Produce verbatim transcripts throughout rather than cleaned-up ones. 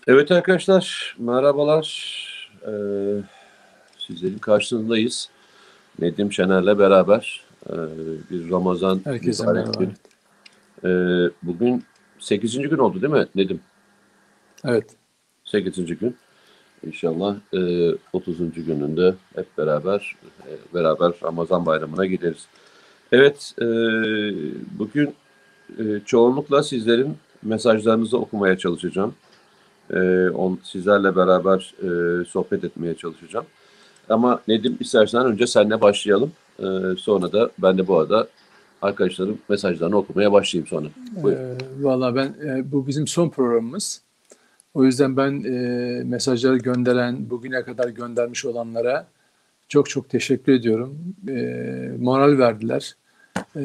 Evet arkadaşlar, merhabalar. Ee, sizlerin karşısındayız. Nedim Şener'le beraber ee, bir Ramazan Herkese mübarek merhaba. gün. Evet. Ee, bugün sekizinci gün oldu değil mi Nedim? Evet. Sekizinci gün. İnşallah ee, otuzuncu gününde hep beraber e, beraber Ramazan bayramına gideriz. Evet, ee, bugün ee, çoğunlukla sizlerin mesajlarınızı okumaya çalışacağım. Ee, on, sizlerle beraber ee, sohbet etmeye çalışacağım. Ama Nedim istersen önce seninle başlayalım. Ee, sonra da ben de bu arada arkadaşlarım mesajlarını okumaya başlayayım sonra. Buyur. Ee, Valla ben e, bu bizim son programımız. O yüzden ben e, mesajları gönderen, bugüne kadar göndermiş olanlara çok çok teşekkür ediyorum. E, moral verdiler. E,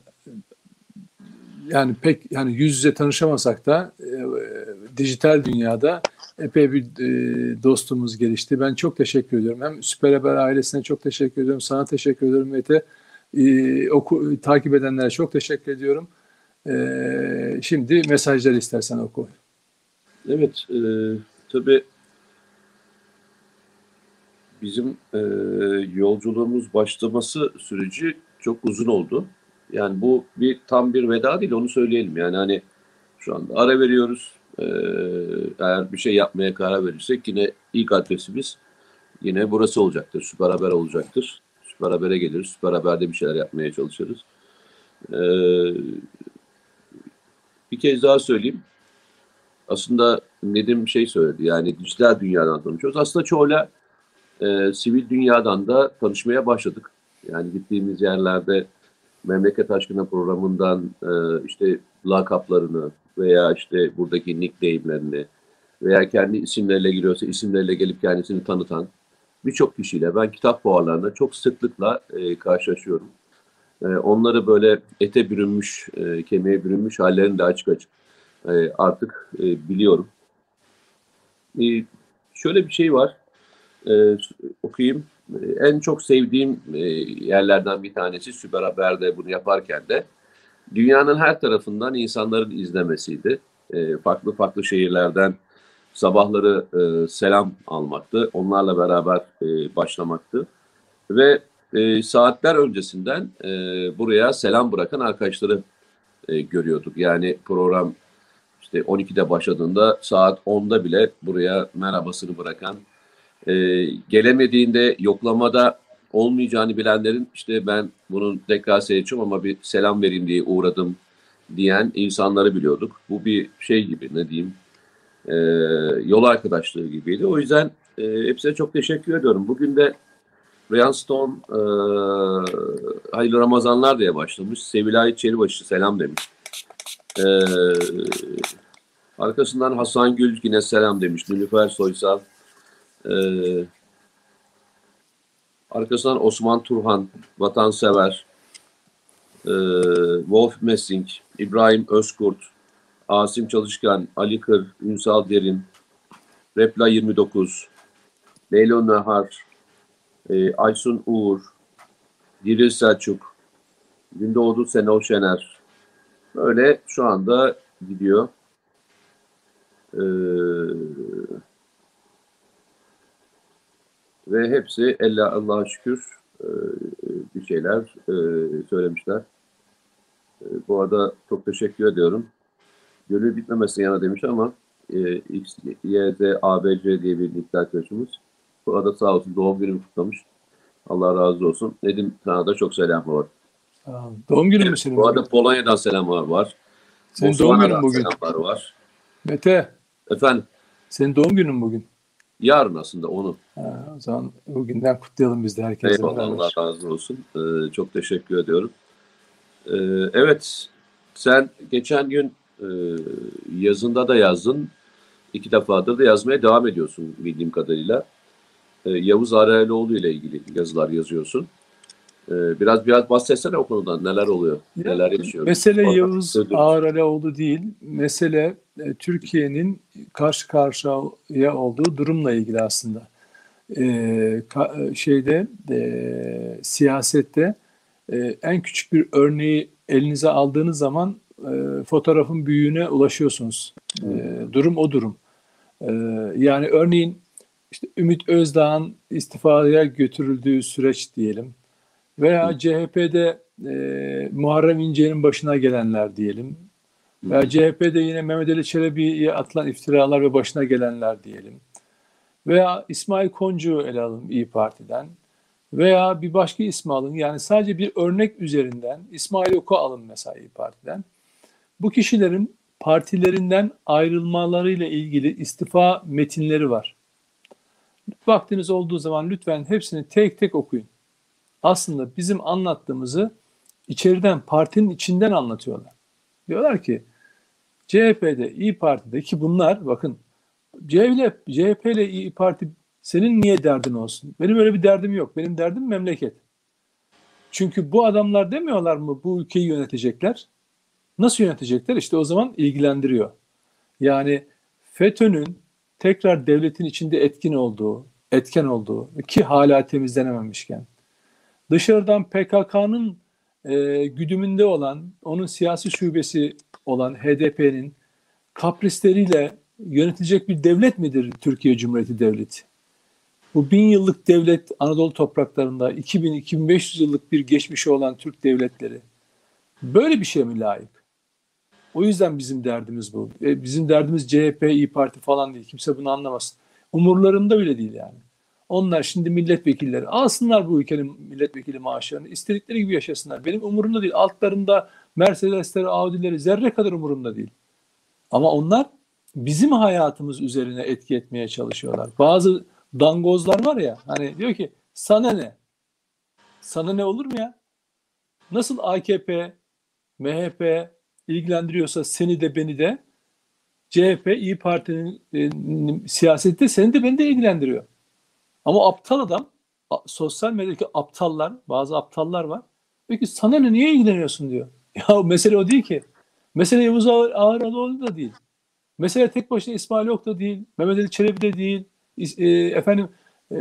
Yani pek yani yüz yüze tanışamasak da e, dijital dünyada epey bir e, dostluğumuz gelişti. Ben çok teşekkür ediyorum. Hem Süper Haber ailesine çok teşekkür ediyorum. Sana teşekkür ediyorum Mete. E, oku, takip edenlere çok teşekkür ediyorum. Ee, şimdi mesajları istersen oku. Evet, e, tabii bizim e, yolculuğumuz başlaması süreci çok uzun oldu. Yani bu bir tam bir veda değil, onu söyleyelim. Yani hani şu anda ara veriyoruz. E, eğer bir şey yapmaya karar verirsek yine ilk adresimiz yine burası olacaktır. Süper Haber olacaktır. Süper Haber'e geliriz. Süper Haber'de bir şeyler yapmaya çalışırız. Ee, bir kez daha söyleyeyim. Aslında Nedim şey söyledi. Yani dijital dünyadan tanışıyoruz. Aslında çoğuyla e, sivil dünyadan da tanışmaya başladık. Yani gittiğimiz yerlerde Memleket Aşkına programından e, işte lakaplarını veya işte buradaki nickname'lerini veya kendi isimleriyle giriyorsa isimleriyle gelip kendisini tanıtan birçok kişiyle ben kitap fuarlarında çok sıklıkla e, karşılaşıyorum. E, onları böyle ete bürünmüş, e, kemiğe bürünmüş hallerini de açık açık e, artık e, biliyorum. E, şöyle bir şey var, e, okuyayım. E, en çok sevdiğim e, yerlerden bir tanesi Süper Haber'de bunu yaparken de dünyanın her tarafından insanların izlemesiydi. E, farklı farklı şehirlerden sabahları e, selam almaktı. Onlarla beraber e, başlamaktı. Ve e, saatler öncesinden e, buraya selam bırakan arkadaşları e, görüyorduk. Yani program işte on ikide başladığında saat onda bile buraya merhabasını bırakan, e, gelemediğinde yoklamada olmayacağını bilenlerin işte ben bunun tekrar seyredeceğim ama bir selam vereyim diye uğradım diyen insanları biliyorduk. Bu bir şey gibi ne diyeyim, e, yol arkadaşlığı gibiydi. O yüzden e, hepsine çok teşekkür ediyorum. Bugün de Ryan Stone e, hayırlı Ramazanlar diye başlamış. Sevilay Çelibaşı selam demiş. E, arkasından Hasan Gül yine selam demiş. Nilüfer Soysal. E, arkasından Osman Turhan, vatansever. E, Wolf Messing, İbrahim Özkurt, Asim Çalışkan, Ali Kır, Ünsal Derin, Repla yirmi dokuz, Leylo Nahar, e, Aysun Uğur, Diril Selçuk, Gündoğdu Senol Şener. Böyle şu anda gidiyor. Ee, ve hepsi ella Allah'a şükür e, bir şeyler e, söylemişler. E, bu arada çok teşekkür ediyorum. Gönül bitmemesin yana demiş ama e, X, Y, Z, A, B, C diye bir nickli arkadaşımız. Bu arada sağ olsun doğum günümü kutlamış. Allah razı olsun. Nedim sana da çok selam var. Aa, doğum günün mü Evet, senin bu bugün? arada Polonya'dan selamlar var. Senin doğum günün Botswana'dan bugün. selamlar var. Mete, Efendim, senin doğum günün bugün. yarın aslında onu. Ha, o zaman bugünden kutlayalım biz de herkesle Eyvallah, Allah beraber. razı olsun. Ee, çok teşekkür ediyorum. Ee, evet, sen geçen gün e, yazında da yazdın. İki defadır da yazmaya devam ediyorsun bildiğim kadarıyla. Ee, Yavuz Araylıoğlu ile ilgili yazılar yazıyorsun. Ee, biraz biraz bahsetsene o konudan. Neler oluyor? Ya, Neler yaşıyoruz? mesele Orada Yavuz sürdürürüz. Ağralioğlu değil. Mesele e, Türkiye'nin karşı karşıya olduğu durumla ilgili aslında. E, ka- şeyde e, siyasette e, en küçük bir örneği elinize aldığınız zaman e, fotoğrafın büyüğüne ulaşıyorsunuz. E, durum o durum. Ee, yani örneğin işte Ümit Özdağ'ın istifaya götürüldüğü süreç diyelim Hı veya C H P'de e, Muharrem İnce'nin başına gelenler diyelim hı. veya C H P'de yine Mehmet Ali Çelebi'ye atılan iftiralar ve başına gelenler diyelim veya İsmail Koncu'yu ele alın İyi Parti'den veya bir başka ismi alın. Yani sadece bir örnek üzerinden İsmail Oku alın mesela İyi Parti'den. Bu kişilerin partilerinden ayrılmalarıyla ilgili istifa metinleri var. Vaktiniz olduğu zaman lütfen hepsini tek tek okuyun. Aslında bizim anlattığımızı içeriden, partinin içinden anlatıyorlar. Diyorlar ki C H P'de, İyi Parti'de ki bunlar bakın C H P ile İyi Parti senin niye derdin olsun? Benim öyle bir derdim yok. Benim derdim memleket. Çünkü bu adamlar demiyorlar mı bu ülkeyi yönetecekler? Nasıl yönetecekler? İşte o zaman ilgilendiriyor. Yani FETÖ'nün tekrar devletin içinde etkin olduğu, etken olduğu ki hala temizlenememişken, dışarıdan P K K'nın e, güdümünde olan, onun siyasi şubesi olan H D P'nin kaprisleriyle yönetilecek bir devlet midir Türkiye Cumhuriyeti Devleti? Bu bin yıllık devlet Anadolu topraklarında iki bin iki bin beş yüz yıllık bir geçmişi olan Türk devletleri böyle bir şey mi layık? O yüzden bizim derdimiz bu. E, bizim derdimiz C H P, İyi Parti falan değil. Kimse bunu anlamasın. Umurlarında bile değil yani. Onlar şimdi milletvekilleri. Alsınlar bu ülkenin milletvekili maaşlarını. İstedikleri gibi yaşasınlar. Benim umurumda değil. Altlarında Mercedesleri, Audi'leri zerre kadar umurumda değil. Ama onlar bizim hayatımız üzerine etki etmeye çalışıyorlar. Bazı dangozlar var ya hani diyor ki sana ne? Sana ne olur mu ya? Nasıl A K P, M H P ilgilendiriyorsa seni de beni de C H P, İyi Parti'nin e, siyasette seni de beni de ilgilendiriyor. Ama aptal adam, a, sosyal medyadaki aptallar, bazı aptallar var. Peki sana ne, niye ilgileniyorsun diyor. Ya mesele o değil ki. Mesele Yavuz Ağır, Ağıroğlu da değil. Mesele tek başına İsmail Ok da değil, Mehmet Ali Çelebi de değil, e, efendim e,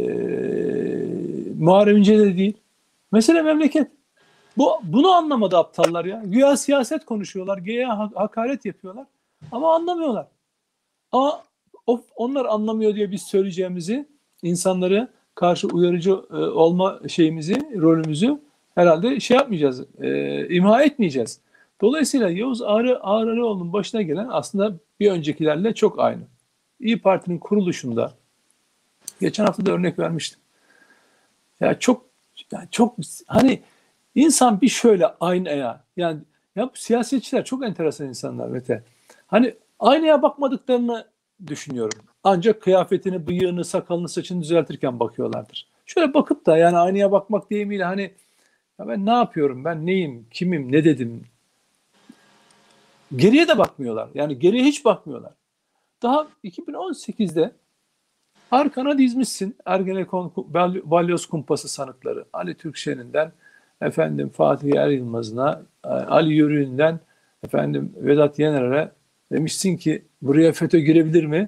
Muharrem İnce de değil. Mesele memleket. Bu, bunu anlamadı aptallar ya. Güya siyaset konuşuyorlar, güya hakaret yapıyorlar ama anlamıyorlar. Ama of, onlar anlamıyor diye biz söyleyeceğimizi, insanları karşı uyarıcı e, olma şeyimizi, rolümüzü herhalde şey yapmayacağız, e, imha etmeyeceğiz. Dolayısıyla Yavuz Ağrı, Ağrıoğlu'nun başına gelen aslında bir öncekilerle çok aynı. İyi Parti'nin kuruluşunda, geçen hafta da örnek vermiştim. Ya çok, yani çok hani insan bir şöyle aynaya, yani ya bu siyasetçiler çok enteresan insanlar Mete. Hani aynaya bakmadıklarını düşünüyorum. Ancak kıyafetini, bıyığını, sakalını, saçını düzeltirken bakıyorlardır. Şöyle bakıp da yani aynaya bakmak deyimiyle hani ya ben ne yapıyorum, ben neyim, kimim, ne dedim. Geriye de bakmıyorlar. Yani geriye hiç bakmıyorlar. Daha iki bin on sekizde arkana dizmişsin Ergenekon Balyoz Kumpası sanıkları. Ali Türkşen'inden efendim Fatih Er Yılmaz'ına, Ali Yörük'ünden efendim Vedat Yener'e demişsin ki buraya FETÖ girebilir mi?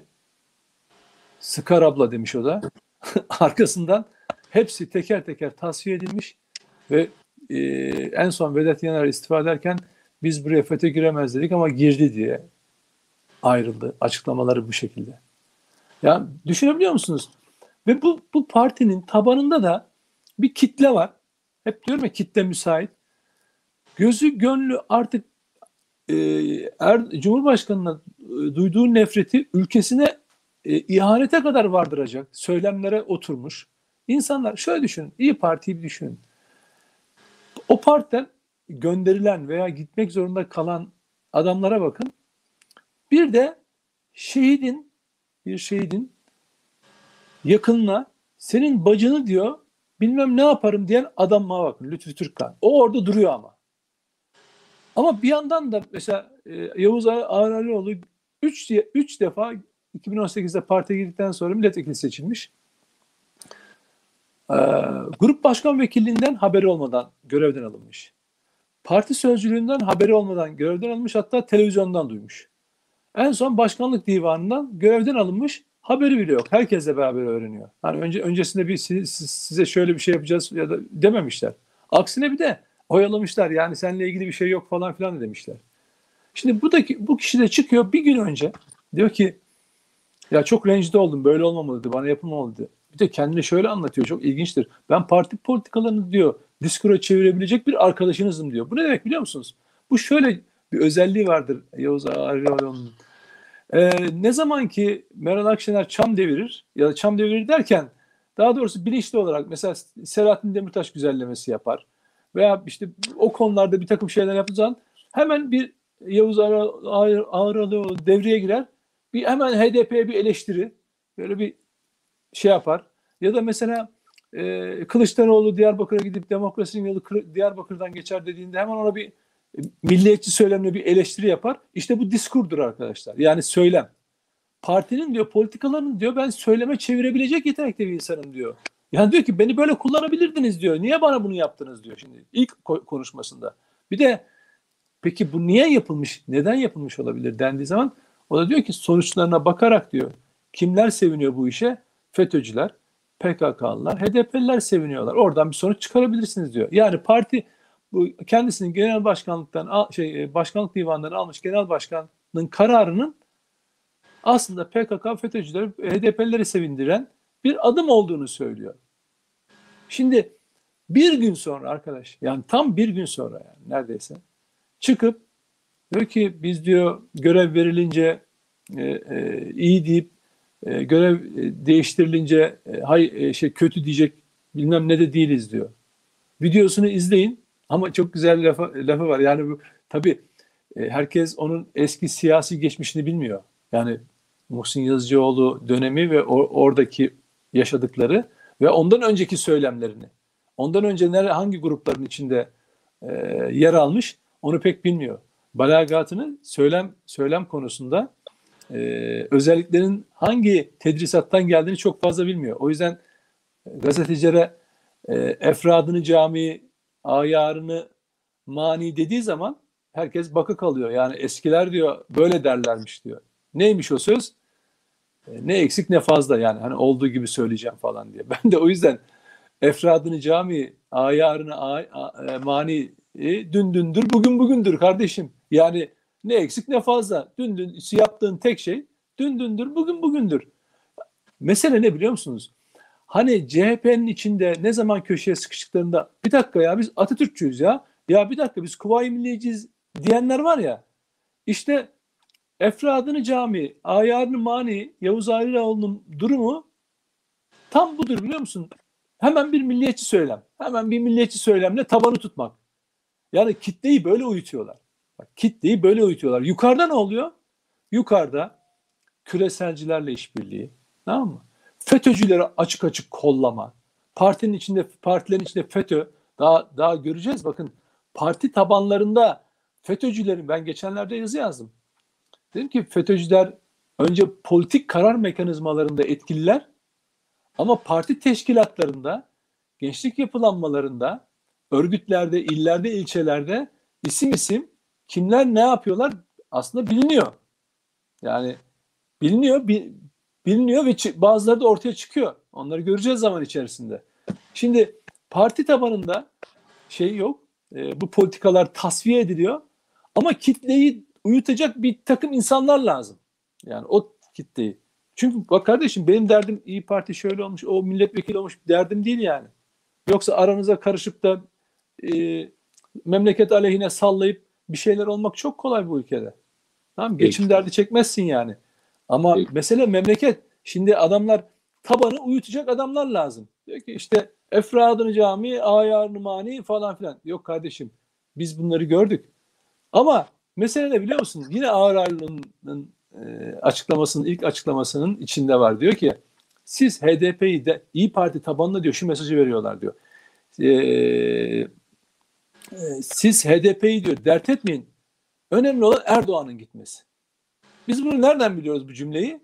Sıkar abla demiş o da. Arkasından hepsi teker teker tasfiye edilmiş ve e, en son Vedat Yener istifa ederken biz buraya FETÖ giremez dedik ama girdi diye ayrıldı. Açıklamaları bu şekilde. Ya düşünebiliyor musunuz? Ve bu, bu partinin tabanında da bir kitle var. Hep diyorum ya kitle müsait. Gözü gönlü artık e, er, Cumhurbaşkanı'na e, duyduğu nefreti ülkesine e, ihanete kadar vardıracak söylemlere oturmuş. İnsanlar şöyle düşünün. İyi Parti'yi bir düşünün. O partiden gönderilen veya gitmek zorunda kalan adamlara bakın. Bir de şehidin bir şehidin yakınına senin bacını diyor bilmem ne yaparım diyen adama bakın Lütfü Türkkan. O orada duruyor ama. Ama bir yandan da mesela e, Yavuz Ağrıoğlu üç defa iki bin on sekizde partiye girdikten sonra milletvekili seçilmiş. Ee, grup başkan vekilliğinden haberi olmadan görevden alınmış. Parti sözcülüğünden haberi olmadan görevden alınmış, hatta televizyondan duymuş. En son başkanlık divanından görevden alınmış, haberi bile yok. Herkesle beraber öğreniyor. Yani önce öncesinde bir size şöyle bir şey yapacağız ya da dememişler. Aksine bir de oyalamışlar. Yani seninle ilgili bir şey yok falan filan demişler. Şimdi bu da bu kişi de çıkıyor bir gün önce diyor ki Ya çok rencide oldum. Böyle olmamalıydı. Bana yapılmamalıydı. Bir de kendini şöyle anlatıyor. Çok ilginçtir. Ben parti politikalarını diyor diskura çevirebilecek bir arkadaşınızım diyor. Bu ne demek biliyor musunuz? Bu şöyle bir özelliği vardır Yavuz Ağrıoğlu'nun. Ee, ne zaman ki Meral Akşener çam devirir ya da çam devirir derken daha doğrusu bilinçli olarak mesela Selahattin Demirtaş güzellemesi yapar veya işte o konularda bir takım şeyler yaptığı zaman hemen bir Yavuz Ağrıoğlu devreye girer. Bir hemen H D P'ye bir eleştiri böyle bir şey yapar. Ya da mesela e, Kılıçdaroğlu Diyarbakır'a gidip demokrasinin yolu Diyarbakır'dan geçer dediğinde hemen ona bir e, milliyetçi söylemle bir eleştiri yapar. İşte bu diskurdur arkadaşlar. Yani söylem. Partinin diyor politikalarını diyor ben söyleme çevirebilecek yetenekte bir insanım diyor. Yani diyor ki beni böyle kullanabilirdiniz diyor. Niye bana bunu yaptınız diyor şimdi ilk konuşmasında. Bir de peki bu niye yapılmış? Neden yapılmış olabilir dendiği zaman o da diyor ki sonuçlarına bakarak diyor. Kimler seviniyor bu işe? FETÖ'cüler, P K K'lılar, H D P'liler seviniyorlar. Oradan bir sonuç çıkarabilirsiniz diyor. Yani parti bu kendisinin genel başkanlıktan şey başkanlık divanından almış genel başkanın kararının aslında P K K, FETÖ'cüleri, H D P'lileri sevindiren bir adım olduğunu söylüyor. Şimdi bir gün sonra arkadaş yani tam bir gün sonra yani neredeyse çıkıp diyor ki biz diyor görev verilince e, e, iyi deyip e, görev e, değiştirilince e, hay e, şey kötü diyecek bilmem ne de değiliz diyor. Videosunu izleyin ama çok güzel lafı, lafı var. Yani bu tabii e, herkes onun eski siyasi geçmişini bilmiyor. Yani Muhsin Yazıcıoğlu dönemi ve or, oradaki yaşadıkları ve ondan önceki söylemlerini, ondan önce nere, hangi grupların içinde e, yer almış onu pek bilmiyor. Balagatını söylem söylem konusunda e, özelliklerin hangi tedrisattan geldiğini çok fazla bilmiyor. O yüzden gazetecilere e, efradını cami, ayarını mani dediği zaman herkes bakı kalıyor. Yani eskiler diyor böyle derlermiş diyor. Neymiş o söz? E, ne eksik ne fazla yani hani olduğu gibi söyleyeceğim falan diye. Ben de o yüzden efradını cami, ayarını a, a, e, mani e, dün dündür, bugün bugündür kardeşim. Yani ne eksik ne fazla. Dün dün yaptığın tek şey dün dündür, bugün bugündür. Mesele ne biliyor musunuz? Hani C H P'nin içinde ne zaman köşeye sıkıştıklarında bir dakika ya biz Atatürkçüyüz ya. Ya bir dakika biz Kuvayi Milliyeciyiz diyenler var ya. İşte efradını cami, ayarını mani, Yavuz Ayrıoğlu'nun durumu tam budur biliyor musun? Hemen bir milliyetçi söylem. Hemen bir milliyetçi söylemle tabanı tutmak. Yani kitleyi böyle uyutuyorlar. Bak, kitleyi böyle uyutuyorlar. Yukarıda ne oluyor? Yukarıda küreselcilerle işbirliği. Tamam mı? FETÖ'cüleri açık açık kollama. Partinin içinde, partilerin içinde FETÖ. Daha, daha göreceğiz. Bakın parti tabanlarında FETÖ'cülerin, ben geçenlerde yazı yazdım. Dedim ki FETÖ'cüler önce politik karar mekanizmalarında etkililer ama parti teşkilatlarında, gençlik yapılanmalarında, örgütlerde, illerde, ilçelerde isim isim kimler ne yapıyorlar aslında biliniyor. Yani biliniyor, biliniyor ve bazıları da ortaya çıkıyor. Onları göreceğiz zaman içerisinde. Şimdi parti tabanında şey yok, e, bu politikalar tasfiye ediliyor ama kitleyi uyutacak bir takım insanlar lazım. Yani o kitleyi. Çünkü bak kardeşim benim derdim İyi Parti şöyle olmuş, o milletvekili olmuş derdim değil yani. Yoksa aranıza karışıp da e, memleket aleyhine sallayıp bir şeyler olmak çok kolay bu ülkede. Tamam, geçim derdi çekmezsin yani. Ama Peki. mesele memleket. Şimdi adamlar tabanı uyutacak adamlar lazım. Diyor ki işte efradını cami, ayarını mani falan filan. Yok kardeşim biz bunları gördük. Ama mesele ne biliyor musun? Yine Ağrıoğlu'nun e, açıklamasının ilk açıklamasının içinde var. Diyor ki siz H D P'yi de İyi Parti tabanına diyor şu mesajı veriyorlar diyor. E, e, siz H D P'yi diyor dert etmeyin. Önemli olan Erdoğan'ın gitmesi. Biz bunu nereden biliyoruz bu cümleyi?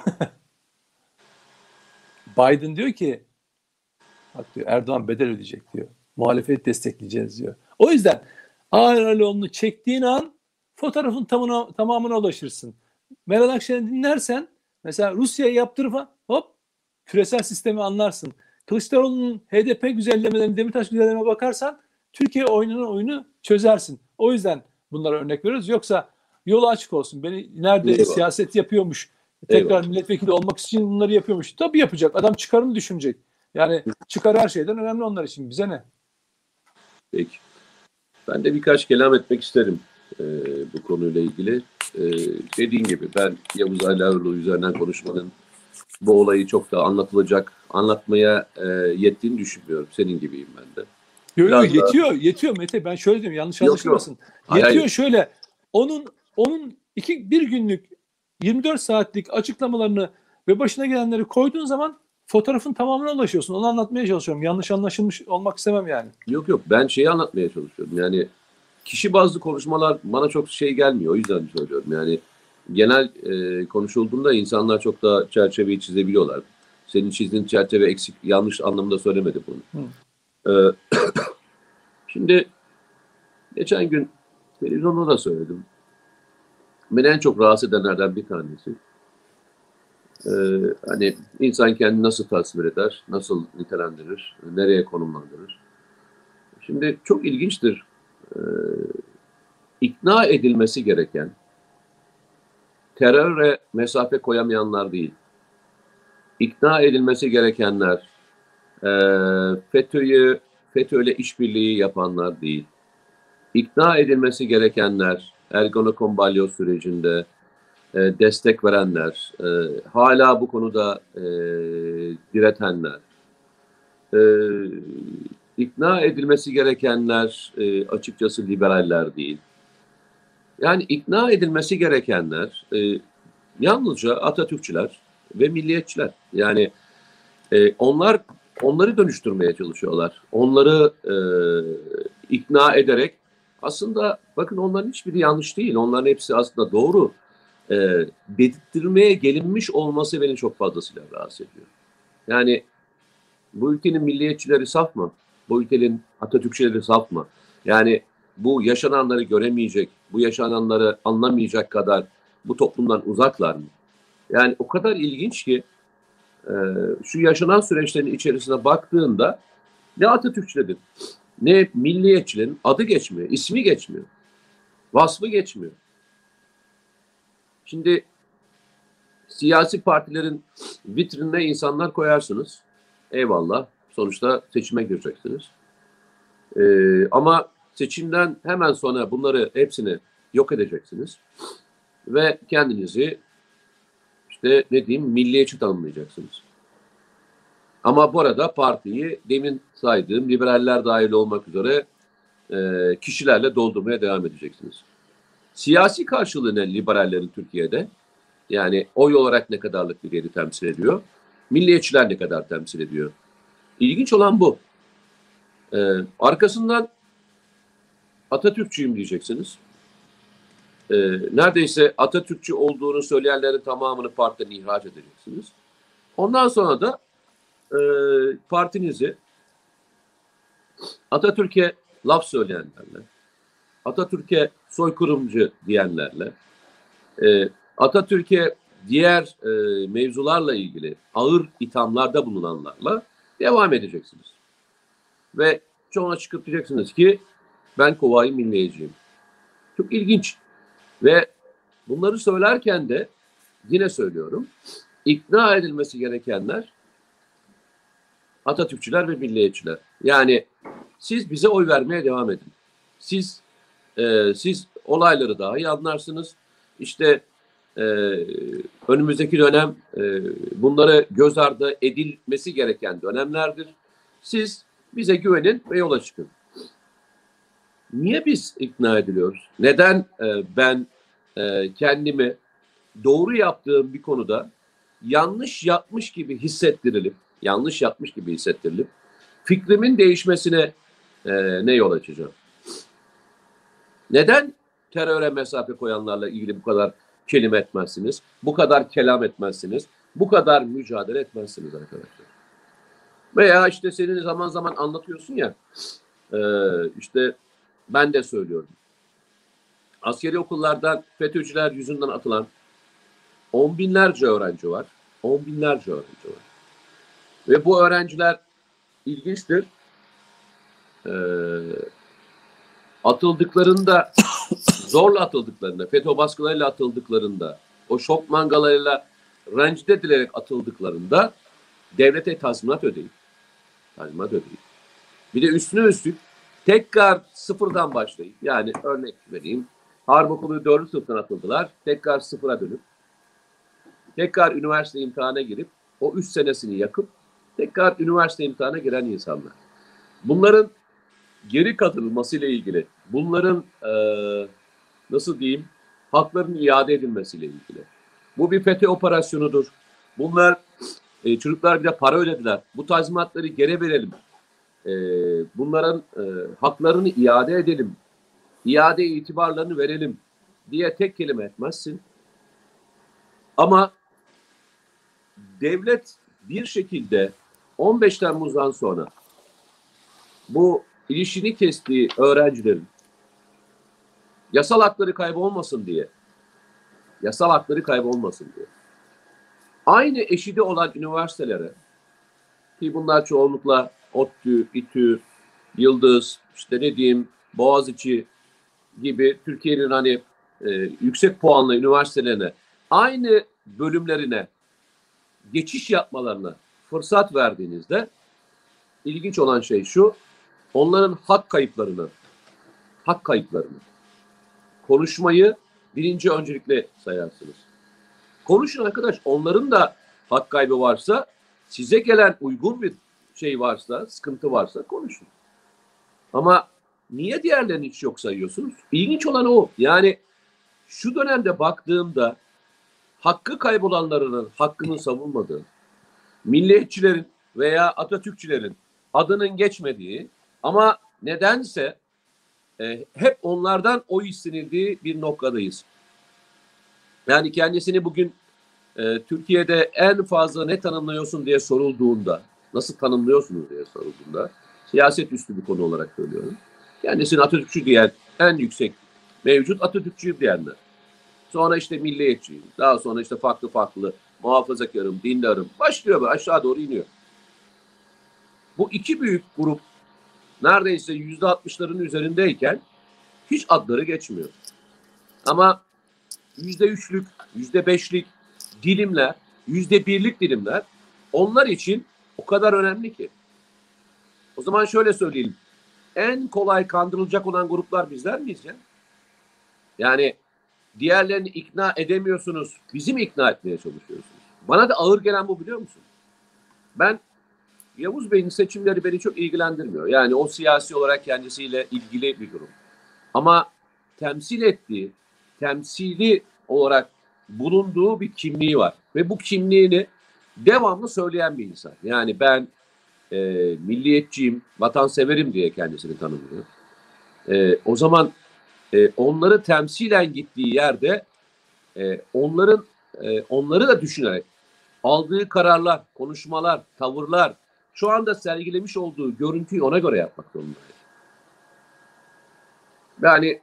Biden diyor ki bak diyor Erdoğan bedel ödeyecek diyor. Muhalefeti destekleyeceğiz diyor. O yüzden Ağrıoğlu'nu çektiğin an fotoğrafın tamına, tamamına ulaşırsın. Meral Akşener'i dinlersen mesela Rusya'ya yaptırıp hop küresel sistemi anlarsın. Kılıçdaroğlu'nun H D P güzellemelerine, Demirtaş güzellemelerine bakarsan Türkiye oyunun oyunu çözersin. O yüzden bunlara örnek veriyoruz. Yoksa yolu açık olsun. Beni nerede Eyvallah. siyaset yapıyormuş, Tekrar Eyvallah. milletvekili olmak için bunları yapıyormuş. Tabii yapacak. Adam çıkarını düşünecek. Yani çıkar her şeyden önemli onlar için. Bize ne? Peki. Ben de birkaç kelam etmek isterim e, bu konuyla ilgili. E, dediğin gibi ben Yavuz Aylaroğlu üzerinden konuşmanın bu olayı çok da anlatılacak, anlatmaya e, yettiğini düşünmüyorum. Senin gibiyim ben de. Yo, yo, Biraz daha- yetiyor, yetiyor Mete. Ben şöyle diyorum, yanlış Yok, yok. anlaşılmasın. Hayır, Yetiyor hayır. şöyle. Onun onun iki bir günlük yirmi dört saatlik açıklamalarını ve başına gelenleri koyduğun zaman fotoğrafın tamamına ulaşıyorsun. Onu anlatmaya çalışıyorum. Yanlış anlaşılmış olmak istemem yani. Yok yok, ben şeyi anlatmaya çalışıyorum. Yani kişi bazlı konuşmalar bana çok şey gelmiyor. O yüzden söylüyorum. Yani genel e, konuşulduğunda insanlar çok da çerçeveyi çizebiliyorlar. Senin çizdiğin çerçeve eksik, yanlış anlamda söylemedi bunu. Ee, şimdi geçen gün televizyonda da söyledim. Beni en çok rahatsız edenlerden bir tanesi. Ee, hani insan kendini nasıl tasvir eder, nasıl nitelendirir, nereye konumlandırır. Şimdi çok ilginçtir. Ee, ikna edilmesi gereken, teröre mesafe koyamayanlar değil. İkna edilmesi gerekenler, e, FETÖ'yü, FETÖ'yle işbirliği yapanlar değil. İkna edilmesi gerekenler, Ergenekon balyoz sürecinde e, destek verenler, e, hala bu konuda e, diretenler, e, ikna edilmesi gerekenler e, açıkçası liberaller değil. Yani ikna edilmesi gerekenler e, yalnızca Atatürkçüler ve milliyetçiler. Yani e, onlar onları dönüştürmeye çalışıyorlar. Onları e, ikna ederek aslında bakın onların hiçbiri yanlış değil. Onların hepsi aslında doğru. E, dedirttirmeye gelinmiş olması beni çok fazlasıyla rahatsız ediyor. Yani bu ülkenin milliyetçileri saf mı? Bu ülkenin Atatürkçüleri saf mı? Yani bu yaşananları göremeyecek, bu yaşananları anlamayacak kadar bu toplumdan uzaklar mı? Yani o kadar ilginç ki e, şu yaşanan süreçlerin içerisine baktığında ne Atatürkçülerin ne milliyetçilerin adı geçmiyor, ismi geçmiyor, vasfı geçmiyor. Şimdi siyasi partilerin vitrinine insanlar koyarsınız. Eyvallah. Sonuçta seçime gireceksiniz. Ee, ama seçimden hemen sonra bunları hepsini yok edeceksiniz. Ve kendinizi işte ne diyeyim milliyetçi tanımlayacaksınız. Ama bu arada partiyi demin saydığım liberaller dahil olmak üzere e, kişilerle doldurmaya devam edeceksiniz. Siyasi karşılığı ne liberallerin Türkiye'de? Yani oy olarak ne kadarlık bir yeri temsil ediyor? Milliyetçiler ne kadar temsil ediyor? İlginç olan bu. Ee, arkasından Atatürkçüyüm diyeceksiniz. Ee, neredeyse Atatürkçü olduğunu söyleyenlerin tamamını partiden ihraç edeceksiniz. Ondan sonra da e, partinizi Atatürk'e laf söyleyenlerle, Atatürk'e soykırımcı diyenlerle, e, Atatürk'e diğer e, mevzularla ilgili ağır ithamlarda bulunanlarla devam edeceksiniz. Ve sonra çıkıp diyeceksiniz ki ben Kuvayi Milliyeciyim. Çok ilginç. Ve bunları söylerken de yine söylüyorum, ikna edilmesi gerekenler Atatürkçüler ve milliyetçiler. Yani siz bize oy vermeye devam edin. Siz e, siz olayları daha iyi anlarsınız. İşte e, önümüzdeki dönem e, bunları göz ardı edilmesi gereken dönemlerdir. Siz bize güvenin ve yola çıkın. Niye biz ikna ediliyoruz? Neden e, ben e, kendimi doğru yaptığım bir konuda yanlış yapmış gibi hissettirilip, yanlış yapmış gibi hissettirilip fikrimin değişmesine e, ne yol açacağım? Neden teröre mesafe koyanlarla ilgili bu kadar kelime etmezsiniz? Bu kadar kelam etmezsiniz? Bu kadar mücadele etmezsiniz arkadaşlar? Veya işte senin zaman zaman anlatıyorsun ya, e, işte ben de söylüyorum. Askeri okullardan FETÖ'cüler yüzünden atılan on binlerce öğrenci var. On binlerce öğrenci var. Ve bu öğrenciler ilginçtir. E, atıldıklarında, zorla atıldıklarında, FETÖ baskılarıyla atıldıklarında, o şok mangalarıyla rencide edilerek atıldıklarında devlete tazminat ödeyip, tazminat ödeyip, bir de üstüne üstlük tekrar sıfırdan başlayıp, yani örnek vereyim, Harp Okulu dördüncü sınıftan atıldılar, tekrar sıfıra dönüp, tekrar üniversite imtihanına girip, o üç senesini yakıp, tekrar üniversite imtihanına giren insanlar. Bunların geri katılmasıyla ilgili, bunların e, nasıl diyeyim, haklarının iade edilmesiyle ilgili. Bu bir FETÖ operasyonudur. Bunlar, e, çocuklar bir de para ödediler. Bu tazminatları geri verelim. E, bunların e, haklarını iade edelim. İade itibarlarını verelim diye tek kelime etmezsin. Ama devlet bir şekilde on beş Temmuz'dan sonra bu ilişkini kestiği öğrencilerin yasal hakları kaybolmasın diye, yasal hakları kaybolmasın diye, aynı eşide olan üniversitelere, ki bunlar çoğunlukla ODTÜ, İTÜ, Yıldız, işte ne diyeyim, Boğaziçi gibi Türkiye'nin hani e, yüksek puanlı üniversitelerine, aynı bölümlerine geçiş yapmalarına fırsat verdiğinizde ilginç olan şey şu, onların hak kayıplarını, hak kayıplarını, konuşmayı birinci öncelikle sayarsınız. Konuşun arkadaş, onların da hak kaybı varsa, size gelen uygun bir şey varsa, sıkıntı varsa konuşun. Ama niye diğerlerini hiç yok sayıyorsunuz? İlginç olan o. Yani şu dönemde baktığımda hakkı kaybolanların hakkını savunmadığı, milliyetçilerin veya Atatürkçülerin adının geçmediği ama nedense e, hep onlardan oy istenildiği bir noktadayız. Yani kendisini bugün e, Türkiye'de en fazla ne tanımlıyorsun diye sorulduğunda, nasıl tanımlıyorsunuz diye sorulduğunda, siyaset üstü bir konu olarak söylüyorum. Kendisini Atatürkçü diyen en yüksek mevcut Atatürkçü diyenler. Sonra işte milliyetçiyim. Daha sonra işte farklı farklı muhafazakarım, dindarım. Başlıyor böyle aşağı doğru iniyor. Bu iki büyük grup neredeyse yüzde altmışların üzerindeyken hiç adları geçmiyor. Ama yüzde üçlük, yüzde beşlik dilimler, yüzde birlik dilimler onlar için o kadar önemli ki. O zaman şöyle söyleyelim. En kolay kandırılacak olan gruplar bizler miyiz ya? Yani diğerlerini ikna edemiyorsunuz. Bizi mi ikna etmeye çalışıyorsunuz? Bana da ağır gelen bu, biliyor musun? Ben, Yavuz Bey'in seçimleri beni çok ilgilendirmiyor. Yani o siyasi olarak kendisiyle ilgili bir durum. Ama temsil ettiği, temsili olarak bulunduğu bir kimliği var. Ve bu kimliğini devamlı söyleyen bir insan. Yani ben e, milliyetçiyim, vatanseverim diye kendisini tanımlıyor. E, o zaman e, onları temsilen gittiği yerde e, onların e, onları da düşünerek aldığı kararlar, konuşmalar, tavırlar, şu anda sergilemiş olduğu görüntüyü ona göre yapmak zorunda. Yani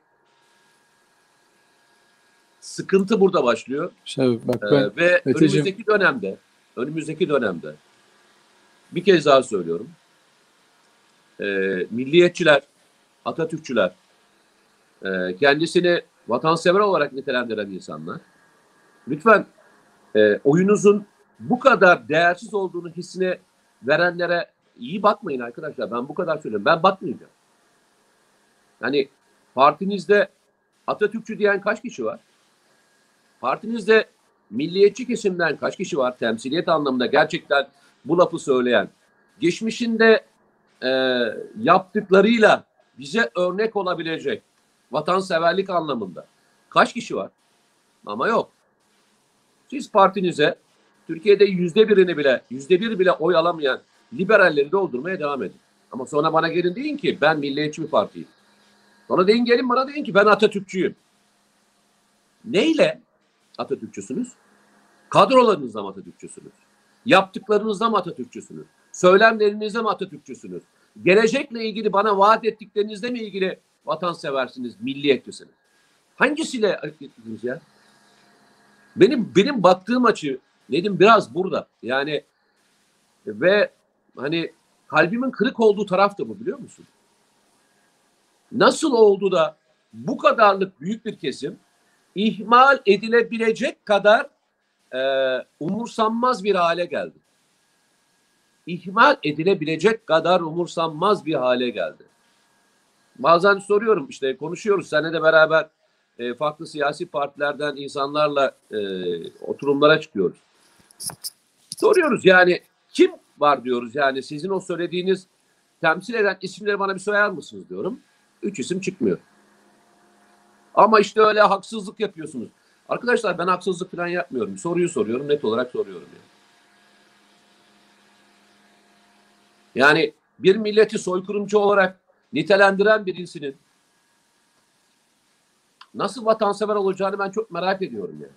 sıkıntı burada başlıyor. Şey, bak ben, ee, ve Meteciğim, önümüzdeki dönemde, önümüzdeki dönemde bir kez daha söylüyorum. E, milliyetçiler, Atatürkçüler, e, kendisini vatansever olarak nitelendiren insanlar, lütfen e, oyunuzun bu kadar değersiz olduğunu hissine verenlere iyi bakmayın arkadaşlar. Ben bu kadar söylüyorum. Ben bakmayacağım. Yani partinizde Atatürkçü diyen kaç kişi var? Partinizde milliyetçi kesimden kaç kişi var? Temsiliyet anlamında gerçekten bu lafı söyleyen, geçmişinde e, yaptıklarıyla bize örnek olabilecek vatanseverlik anlamında kaç kişi var? Ama yok. Siz partinize Türkiye'de yüzde birini bile, yüzde bir bile oy alamayan liberalleri doldurmaya devam edin. Ama sonra bana gelin deyin ki ben milliyetçi bir partiyim. Sonra deyin gelin bana deyin ki ben Atatürkçüyüm. Neyle Atatürkçüsünüz? Kadrolarınızla mı Atatürkçüsünüz? Yaptıklarınızla mı Atatürkçüsünüz? Söylemlerinizle mi Atatürkçüsünüz? Gelecekle ilgili bana vaat ettiklerinizle mi ilgili vatanseversiniz, milliyetçisiniz? Hangisiyle gittiniz ya? Benim benim baktığım açı Nedim biraz burada. Yani ve hani kalbimin kırık olduğu taraf da bu, biliyor musun? Nasıl oldu da bu kadarlık büyük bir kesim ihmal edilebilecek kadar e, umursanmaz bir hale geldi. İhmal edilebilecek kadar umursanmaz bir hale geldi. Bazen soruyorum, işte konuşuyoruz seninle de beraber, e, farklı siyasi partilerden insanlarla e, oturumlara çıkıyoruz. Soruyoruz yani, kim var diyoruz, yani sizin o söylediğiniz temsil eden isimleri bana bir sayar mısınız diyorum. Üç isim çıkmıyor. Ama işte öyle haksızlık yapıyorsunuz. Arkadaşlar ben haksızlık falan yapmıyorum. Soruyu soruyorum, net olarak soruyorum. Yani, yani bir milleti soykırımcı olarak nitelendiren birisinin nasıl vatansever olacağını ben çok merak ediyorum yani.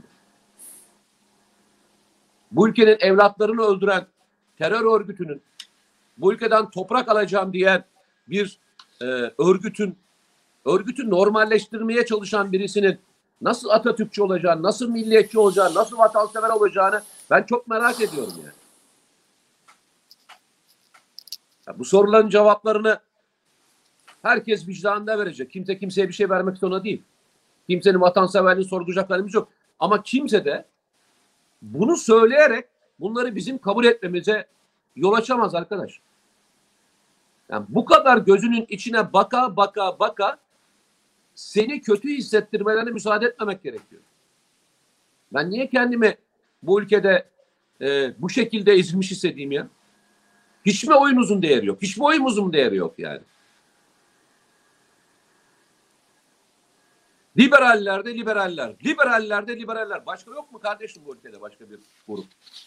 Bu ülkenin evlatlarını öldüren terör örgütünün, bu ülkeden toprak alacağım diyen bir e, örgütün, örgütü normalleştirmeye çalışan birisinin nasıl Atatürkçü olacağını, nasıl milliyetçi olacağını, nasıl vatansever olacağını ben çok merak ediyorum yani. Ya bu soruların cevaplarını herkes vicdanında verecek. Kimse kimseye bir şey vermek zorunda değil. Kimsenin vatanseverliğini sorgulayacak halimiz yok. Ama kimse de bunu söyleyerek bunları bizim kabul etmemize yol açamaz arkadaş. Yani bu kadar gözünün içine baka baka baka seni kötü hissettirmelerine müsaade etmemek gerekiyor. Ben niye kendimi bu ülkede e, bu şekilde ezilmiş hissedeyim ya? Hiç mi oyunuzun değeri yok? Hiç mi oyumuzun değeri yok yani? Liberallerde liberaller, liberallerde liberaller. Başka yok mu kardeşim bu ülkede başka bir grup?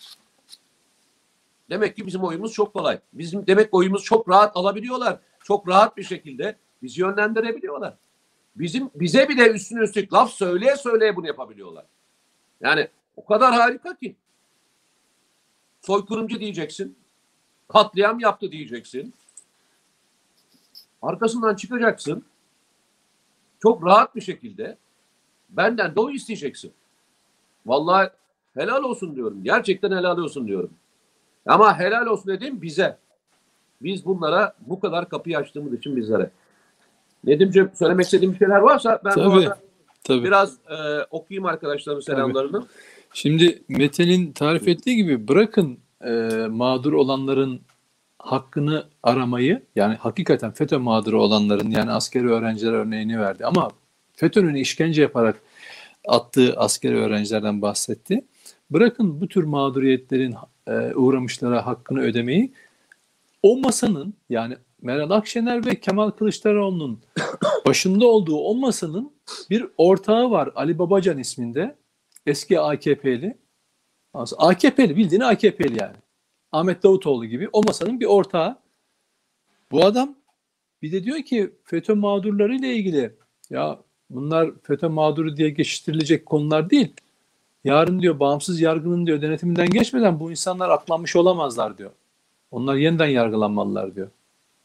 Demek ki bizim oyumuz çok kolay. Bizim demek ki oyumuz çok rahat alabiliyorlar. Çok rahat bir şekilde bizi yönlendirebiliyorlar. Bizim bize bir de üstüne üstlük laf söyleye söyleye bunu yapabiliyorlar. Yani o kadar harika ki. Soykırımcı diyeceksin. Katliam yaptı diyeceksin. Arkasından çıkacaksın. Çok rahat bir şekilde benden de o isteyeceksin. Vallahi helal olsun diyorum. Gerçekten helal olsun diyorum. Ama helal olsun dediğim bize. Biz bunlara bu kadar kapıyı açtığımız için bizlere. Nedimciğim söylemek istediğim bir şeyler varsa ben Tabii, bu arada tabii. biraz e, okuyayım arkadaşlarımın selamlarını. Şimdi Mete'nin tarif ettiği gibi bırakın e, mağdur olanların hakkını aramayı, yani hakikaten FETÖ mağduru olanların, yani askeri öğrenciler örneğini verdi ama FETÖ'nün işkence yaparak attığı askeri öğrencilerden bahsetti. Bırakın bu tür mağduriyetlerin e, uğramışlara hakkını ödemeyi, o masanın, yani Meral Akşener ve Kemal Kılıçdaroğlu'nun başında olduğu o masanın bir ortağı var, Ali Babacan isminde, eski A K P'li. A K P'li, bildiğin A K P'li yani. Ahmet Davutoğlu gibi o masanın bir ortağı. Bu adam bir de diyor ki FETÖ mağdurları ile ilgili, ya bunlar FETÖ mağduru diye geçiştirilecek konular değil. Yarın diyor bağımsız yargının diyor denetiminden geçmeden bu insanlar aklanmış olamazlar diyor. Onlar yeniden yargılanmalılar diyor.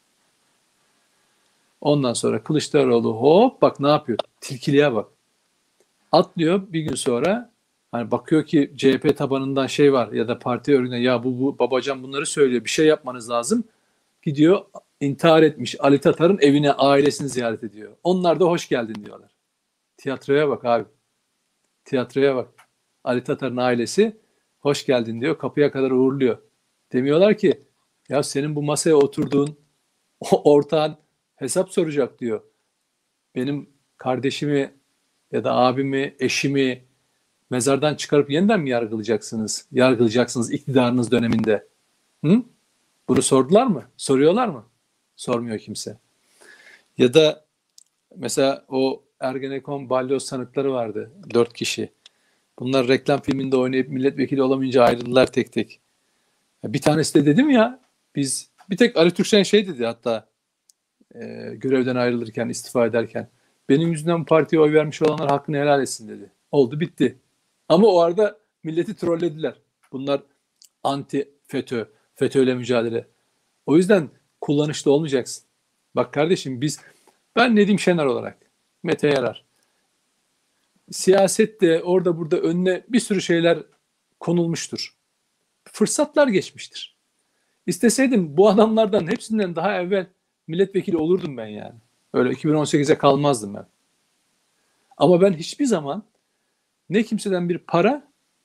Ondan sonra Kılıçdaroğlu hop bak ne yapıyor? Tilkiliğe bak. Atlıyor bir gün sonra, hani bakıyor ki C H P tabanından şey var ya da parti örgütüne, ya bu, bu Babacan bunları söylüyor, bir şey yapmanız lazım. Gidiyor intihar etmiş Ali Tatar'ın evine, ailesini ziyaret ediyor. Onlar da hoş geldin diyorlar. Tiyatroya bak abi. Tiyatroya bak. Ali Tatar'ın ailesi hoş geldin diyor. Kapıya kadar uğurluyor. Demiyorlar ki ya senin bu masaya oturduğun o ortağın hesap soracak diyor. Benim kardeşimi ya da abimi, eşimi mezardan çıkarıp yeniden mi yargılayacaksınız? Yargılayacaksınız iktidarınız döneminde. Hı? Bunu sordular mı? Soruyorlar mı? Sormuyor kimse. Ya da mesela o Ergenekon balyoz sanıkları vardı. Dört kişi. Bunlar reklam filminde oynayıp milletvekili olamayınca ayrıldılar tek tek. Bir tanesi de dedim ya, biz bir tek Ali Türkşen şey dedi hatta e, görevden ayrılırken, istifa ederken, benim yüzümden bu partiye oy vermiş olanlar hakkını helal etsin dedi. Oldu bitti. Ama o arada milleti trollediler. Bunlar anti FETÖ, FETÖ'yle mücadele. O yüzden kullanışlı olmayacaksın. Bak kardeşim, biz, ben Nedim Şener olarak, Mete Yarar, siyasette orada burada önüne bir sürü şeyler konulmuştur. Fırsatlar geçmiştir. İsteseydim bu adamlardan hepsinden daha evvel milletvekili olurdum ben yani. Öyle iki bin on sekize kalmazdım ben. Ama ben hiçbir zaman ne kimseden bir para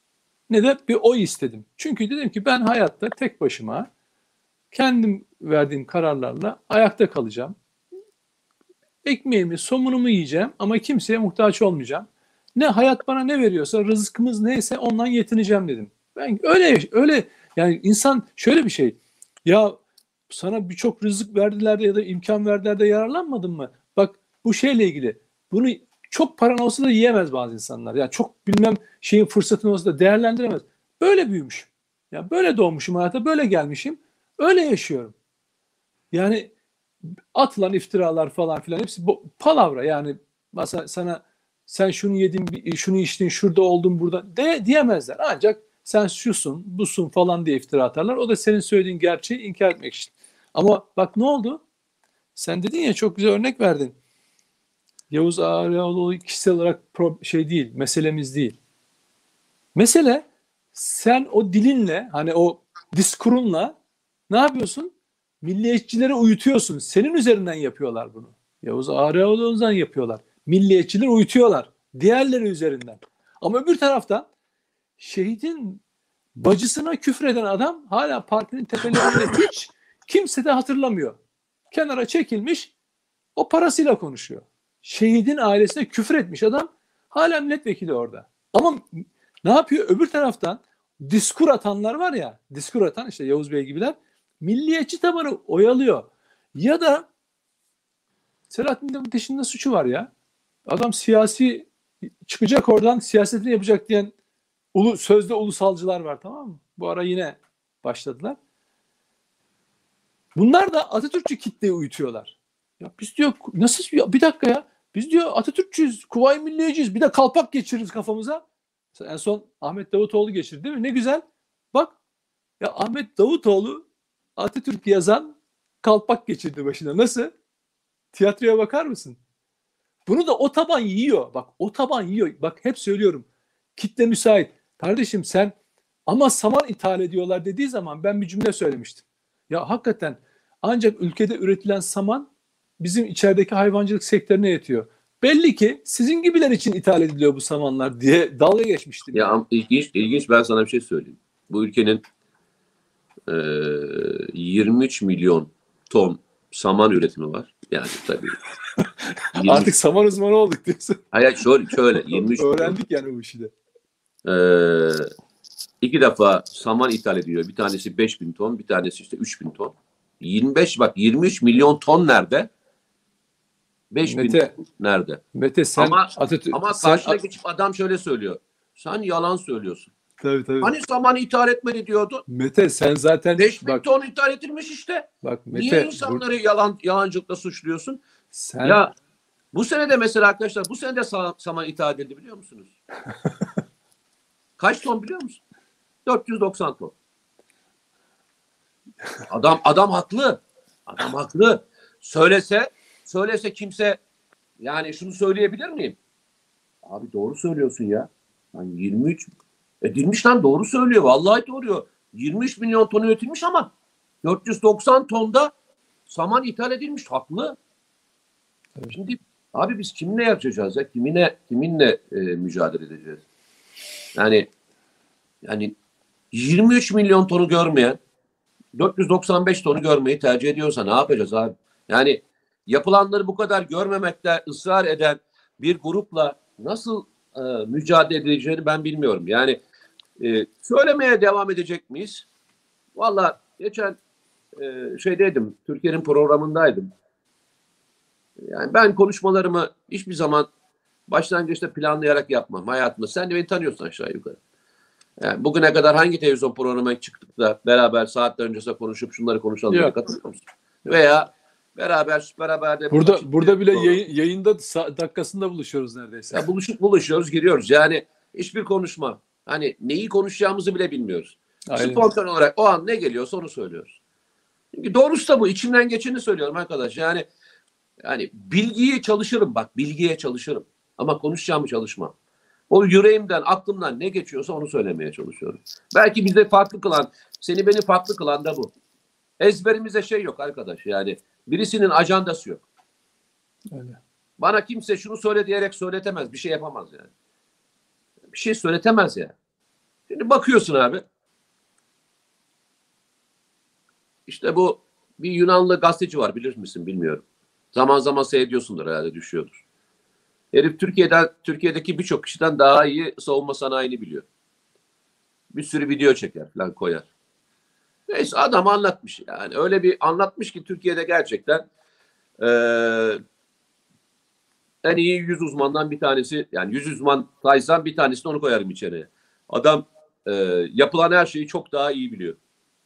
ne de bir oy istedim. Çünkü dedim ki ben hayatta tek başıma kendim verdiğim kararlarla ayakta kalacağım. Ekmeğimi, somunumu yiyeceğim ama kimseye muhtaç olmayacağım. Ne hayat bana ne veriyorsa, rızkımız neyse ondan yetineceğim dedim. Ben öyle öyle yani insan şöyle bir şey. Ya sana birçok rızık verdiler de ya da imkan verdiler de yararlanmadın mı? Bak bu şeyle ilgili. Bunu çok paran olsa da yiyemez bazı insanlar. Yani çok bilmem şeyin fırsatın olsa da değerlendiremez. Böyle büyümüşüm. Ya böyle doğmuşum hayata, böyle gelmişim. Öyle yaşıyorum. Yani atılan iftiralar falan filan hepsi bu, palavra yani. Mesela sana sen şunu yedin, şunu içtin, şurada oldun, burada de diyemezler. Ancak sen şusun, busun falan diye iftira atarlar. O da senin söylediğin gerçeği inkar etmek için. Ama bak ne oldu? Sen dedin ya, çok güzel örnek verdin. Yavuz Ağaoğlu kişisel olarak pro, şey değil, meselemiz değil. Mesele sen o dilinle, hani o diskurunla ne yapıyorsun? Milliyetçileri uyutuyorsun. Senin üzerinden yapıyorlar bunu. Yavuz Ağaoğlu'ndan yapıyorlar. Milliyetçileri uyutuyorlar. Diğerleri üzerinden. Ama öbür taraftan şehidin bacısına küfreden adam hala partinin tepelerinde hiç kimse de hatırlamıyor. Kenara çekilmiş, o parasıyla konuşuyor. Şehidin ailesine küfür etmiş adam hala milletvekili orada. Ama ne yapıyor? Öbür taraftan diskur atanlar var ya, diskur atan işte Yavuz Bey gibiler milliyetçi tabanı oyalıyor. Ya da Selahattin Demirtaş'ın da suçu var ya. Adam siyasi çıkacak oradan, siyasetini yapacak diyen ulu, sözde ulusalcılar var, tamam mı? Bu ara yine başladılar. Bunlar da Atatürkçü kitleyi uyutuyorlar. Ya biz diyor nasıl ya, bir dakika ya. Biz diyor Atatürkçüyüz, Kuvayi Milliyeciyiz. Bir de kalpak geçiririz kafamıza. En son Ahmet Davutoğlu geçirdi değil mi? Ne güzel. Bak ya, Ahmet Davutoğlu Atatürk yazan kalpak geçirdi başına. Nasıl? Tiyatroya bakar mısın? Bunu da o taban yiyor. Bak o taban yiyor. Bak hep söylüyorum. Kitle müsait. Kardeşim sen ama saman ithal ediyorlar dediği zaman ben bir cümle söylemiştim. Ya hakikaten ancak ülkede üretilen saman bizim içerideki hayvancılık sektörüne yetiyor. Belli ki sizin gibiler için ithal ediliyor bu samanlar diye dalga geçmiştim. Ya yani. ilginç, ilginç ben sana bir şey söyleyeyim. Bu ülkenin e, yirmi üç milyon ton saman üretimi var. Yani tabii. yirmi Artık saman uzmanı olduk diyorsun. Hayır şöyle, şöyle yirmi üç öğrendik yani bu işi de. Ee, iki defa saman ithal ediyor. Bir tanesi beş bin ton, bir tanesi işte üç bin ton. yirmi beş bak yirmi üç milyon ton nerede? beş bin ton nerede? Mete sen ama Atatürk, ama sen karşına At- geçip adam şöyle söylüyor. Sen yalan söylüyorsun. Tabii tabii. Hani saman ithal etmedi diyordun? Mete sen zaten beş bin bak, ton ithal edilmiş işte. Bak Mete, niye insanları bur- yalan yalancılıkla suçluyorsun? Sen... Ya bu sene de mesela arkadaşlar bu sene de saman ithal edildi biliyor musunuz? Kaç ton biliyor musun? dört yüz doksan ton. Adam adam haklı. Adam haklı. Söylese söylese kimse yani şunu söyleyebilir miyim? Abi doğru söylüyorsun ya. Yani yirmi üç edilmiş lan, doğru söylüyor. Vallahi doğru. yirmi üç milyon ton üretilmiş ama dört yüz doksan tonda saman ithal edilmiş. Haklı. Evet. Şimdi abi biz kiminle yapacağız ya? Kiminle kiminle e, mücadele edeceğiz? Yani yani yirmi üç milyon tonu görmeyen dört yüz doksan beş tonu görmeyi tercih ediyorsa ne yapacağız abi? Yani yapılanları bu kadar görmemekte ısrar eden bir grupla nasıl e, mücadele edileceğini ben bilmiyorum. Yani e, söylemeye devam edecek miyiz? Valla geçen e, şeydeydim, Türkiye'nin programındaydım. Yani ben konuşmalarımı hiçbir zaman başlangıçta planlayarak yapmam hayatımda. Sen de beni tanıyorsun aşağı yukarı. Yani bugüne kadar hangi televizyon programına çıktık da beraber saatler öncesinde konuşup şunları konuşalım diye katılıyor musun? Veya beraber Süper Haber'de burada burada bile yayın, yayında dakikasında buluşuyoruz neredeyse. Ya buluşup buluşuyoruz, giriyoruz. Yani hiçbir konuşma. Hani neyi konuşacağımızı bile bilmiyoruz. Aynen. Spontan olarak o an ne geliyorsa onu söylüyoruz. Çünkü doğrusu da bu. İçimden geçeni söylüyorum arkadaş. Yani yani bilgiye çalışırım bak. Bilgiye çalışırım. Ama konuşacağımı çalışmam. O yüreğimden, aklımdan ne geçiyorsa onu söylemeye çalışıyorum. Belki bize farklı kılan, seni beni farklı kılan da bu. Ezberimizde şey yok arkadaş. Yani birisinin ajandası yok. Öyle. Bana kimse şunu söyle diyerek söyletemez. Bir şey yapamaz yani. Bir şey söyletemez ya. Şimdi bakıyorsun abi. İşte bu bir Yunanlı gazeteci var, bilir misin bilmiyorum. Zaman zaman seyrediyorsundur herhalde, düşüyordur. Herif Türkiye'den, Türkiye'deki birçok kişiden daha iyi savunma sanayini biliyor. Bir sürü video çeker falan koyar. Neyse adam anlatmış yani. Öyle bir anlatmış ki Türkiye'de gerçekten e, en iyi yüz uzmandan bir tanesi, yani yüz uzman saysan bir tanesini onu koyarım içeriye. Adam e, yapılan her şeyi çok daha iyi biliyor.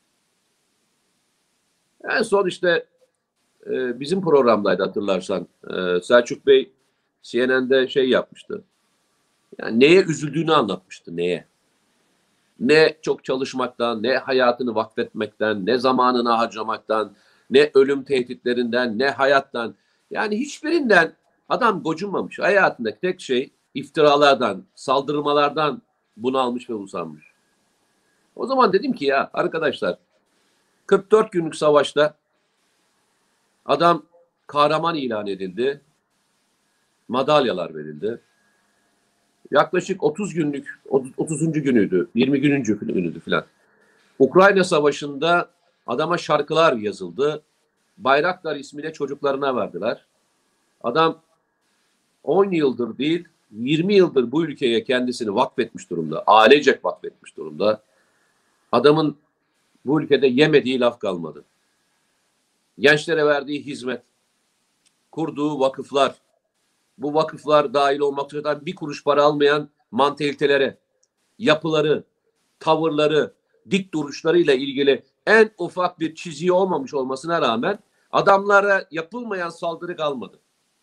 En son işte e, bizim programdaydı hatırlarsan. E, Selçuk Bey C N N'de şey yapmıştı. Yani neye üzüldüğünü anlatmıştı, neye. Ne çok çalışmaktan, ne hayatını vakfetmekten, ne zamanını harcamaktan, ne ölüm tehditlerinden, ne hayattan. Yani hiçbirinden adam gocunmamış. Hayatındaki tek şey iftiralardan, saldırmalardan bunalmış ve usanmış. O zaman dedim ki ya arkadaşlar, kırk dört günlük savaşta adam kahraman ilan edildi. Madalyalar verildi. Yaklaşık otuz günlük, otuzuncu günüydü, yirmi gününcü günüydü filan. Ukrayna Savaşı'nda adama şarkılar yazıldı. Bayraktar ismiyle çocuklarına verdiler. Adam on yıldır değil, yirmi yıldır bu ülkeye kendisini vakfetmiş durumda. Ailecek vakfetmiş durumda. Adamın bu ülkede yemediği laf kalmadı. Gençlere verdiği hizmet, kurduğu vakıflar, bu vakıflar dahil olmak üzere bir kuruş para almayan mantalitelere, yapıları, tavırları, dik duruşlarıyla ilgili en ufak bir çiziği olmamış olmasına rağmen adamlara yapılmayan saldırı kalmadı.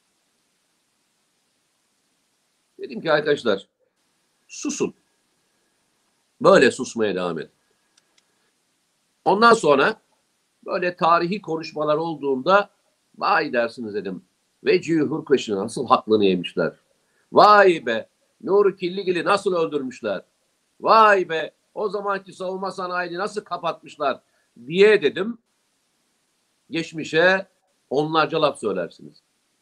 Dedim ki arkadaşlar susun. Böyle susmaya devam edin. Ondan sonra böyle tarihi konuşmalar olduğunda vay dersiniz dedim. Vecihi Hurkaş'ın nasıl haklını yemişler. Vay be Nuri Killigil'i nasıl öldürmüşler. Vay be o zamanki savunma sanayini nasıl kapatmışlar diye dedim. Geçmişe onlarca laf söylersiniz.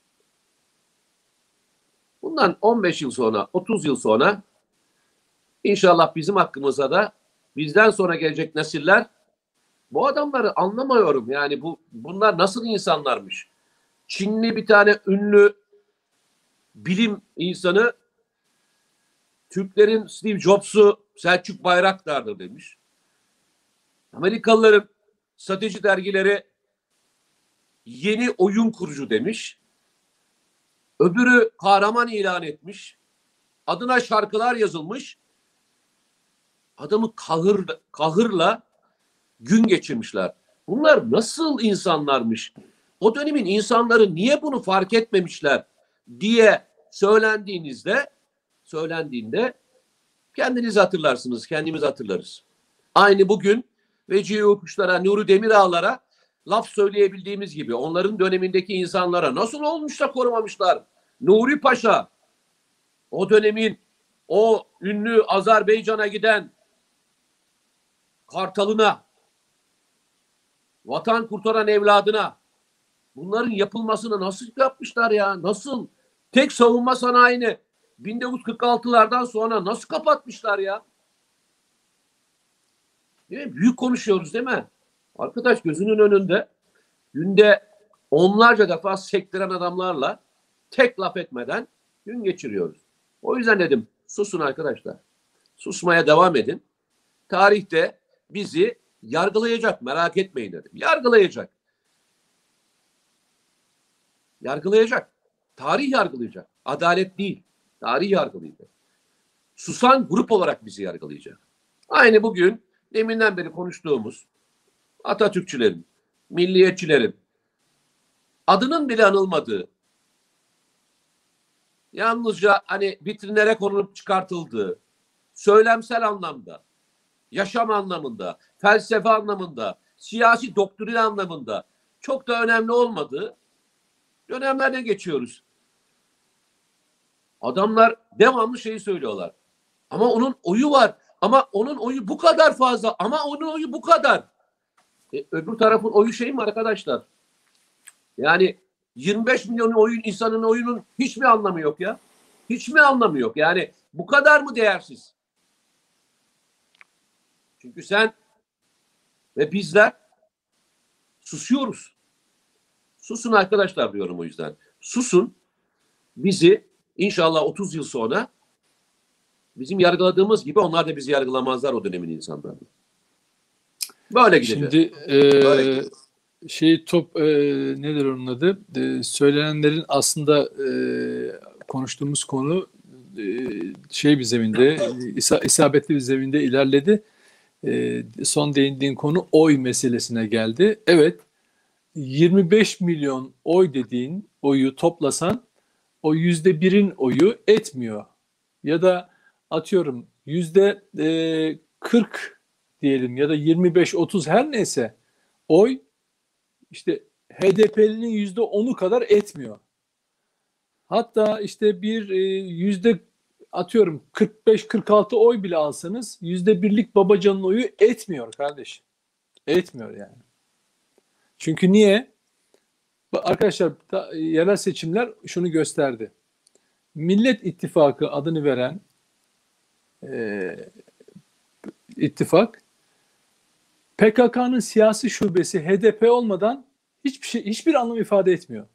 Bundan on beş yıl sonra, otuz yıl sonra inşallah bizim hakkımıza da bizden sonra gelecek nesiller bu adamları anlamıyorum. Yani bu bunlar nasıl insanlarmış? Çinli bir tane ünlü bilim insanı Türklerin Steve Jobs'u Selçuk Bayraktar'dır demiş. Amerikalıların strateji dergileri yeni oyun kurucu demiş. Öbürü kahraman ilan etmiş. Adına şarkılar yazılmış. Adamı kahır, kahırla gün geçirmişler. Bunlar nasıl insanlarmış? O dönemin insanları niye bunu fark etmemişler diye söylendiğinizde söylendiğinde kendiniz hatırlarsınız, kendimiz hatırlarız. Aynı bugün Vecihi Yokuşlar'a, Nuri Demirağlar'a laf söyleyebildiğimiz gibi onların dönemindeki insanlara nasıl olmuş da korumamışlar? Nuri Paşa, o dönemin o ünlü Azerbaycan'a giden Kartal'ına, vatan kurtaran evladına bunların yapılmasını nasıl yapmışlar ya? Nasıl? Tek savunma sanayini bin dokuz yüz kırk altılardan sonra nasıl kapatmışlar ya? Değil mi? Büyük konuşuyoruz değil mi? Arkadaş gözünün önünde günde onlarca defa sektiren adamlarla tek laf etmeden gün geçiriyoruz. O yüzden dedim susun arkadaşlar. Susmaya devam edin. Tarihte bizi yargılayacak, merak etmeyin dedim. Yargılayacak. Yargılayacak. Tarih yargılayacak. Adalet değil. Tarih yargılayacak. Susan grup olarak bizi yargılayacak. Aynı bugün deminden beri konuştuğumuz Atatürkçülerin, milliyetçilerin adının bile anılmadığı, yalnızca hani vitrinlere konulup çıkartıldığı, söylemsel anlamda, yaşam anlamında, felsefe anlamında, siyasi doktrin anlamında çok da önemli olmadığı dönemlerde geçiyoruz. Adamlar devamlı şeyi söylüyorlar. Ama onun oyu var. Ama onun oyu bu kadar fazla. Ama onun oyu bu kadar. E, öbür tarafın oyu şey mi arkadaşlar? Yani yirmi beş milyon oyun insanın oyunun hiçbir anlamı yok ya. Hiçbir anlamı yok. Yani bu kadar mı değersiz? Çünkü sen ve bizler susuyoruz. Susun arkadaşlar diyorum o yüzden. Susun. Bizi inşallah otuz yıl sonra bizim yargıladığımız gibi onlar da bizi yargılamazlar, o dönemin insanları. Böyle gideceğiz. Şimdi e, Böyle gideceğiz. şey top e, nedir onun adı? E, söylenenlerin aslında e, konuştuğumuz konu e, şey bir zeminde, isa, isabetli bir zeminde ilerledi. E, son değindiğin konu oy meselesine geldi. Evet, yirmi beş milyon oy dediğin oyu toplasan o yüzde birin oyu etmiyor. Ya da atıyorum yüzde kırk diyelim ya da yirmi beş otuz her neyse oy işte H D P'linin yüzde onu kadar etmiyor. Hatta işte bir e, yüzde atıyorum kırk beş kırk altı oy bile alsanız yüzde birlik Babacan'ın oyu etmiyor kardeş. Etmiyor yani. Çünkü niye? Arkadaşlar yerel seçimler şunu gösterdi. Millet İttifakı adını veren e, ittifak P K K'nın siyasi şubesi H D P olmadan hiçbir şey, hiçbir anlam ifade etmiyor.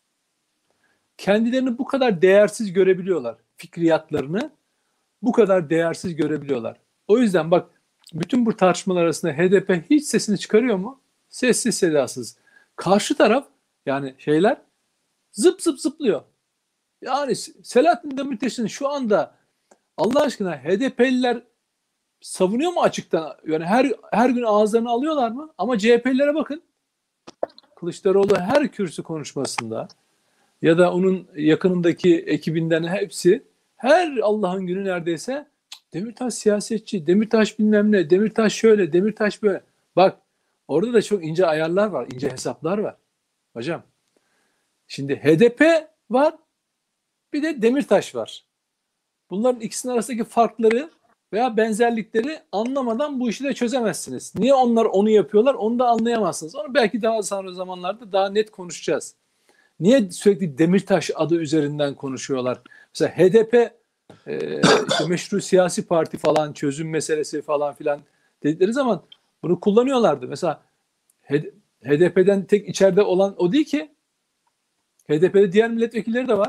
Kendilerini bu kadar değersiz görebiliyorlar. Fikriyatlarını bu kadar değersiz görebiliyorlar. O yüzden bak, bütün bu tartışmalar arasında H D P hiç sesini çıkarıyor mu? Sessiz sedasız. Karşı taraf yani şeyler zıp zıp zıplıyor. Yani Selahattin Demirtaş'ın şu anda Allah aşkına H D P'liler savunuyor mu açıktan? Yani her her gün ağızlarını alıyorlar mı? Ama C H P'lilere bakın. Kılıçdaroğlu her kürsü konuşmasında ya da onun yakınındaki ekibinden hepsi her Allah'ın günü neredeyse Demirtaş siyasetçi, Demirtaş bilmem ne, Demirtaş şöyle, Demirtaş böyle. Bak orada da çok ince ayarlar var, ince hesaplar var. Hocam şimdi H D P var, bir de Demirtaş var. Bunların ikisinin arasındaki farkları veya benzerlikleri anlamadan bu işi de çözemezsiniz. Niye onlar onu yapıyorlar onu da anlayamazsınız. Onu belki daha sonra zamanlarda daha net konuşacağız. Niye sürekli Demirtaş adı üzerinden konuşuyorlar? Mesela H D P e, işte meşru siyasi parti falan, çözüm meselesi falan filan dedikleri zaman bunu kullanıyorlardı. Mesela H D P'den tek içeride olan o değil ki. H D P'de diğer milletvekilleri de var.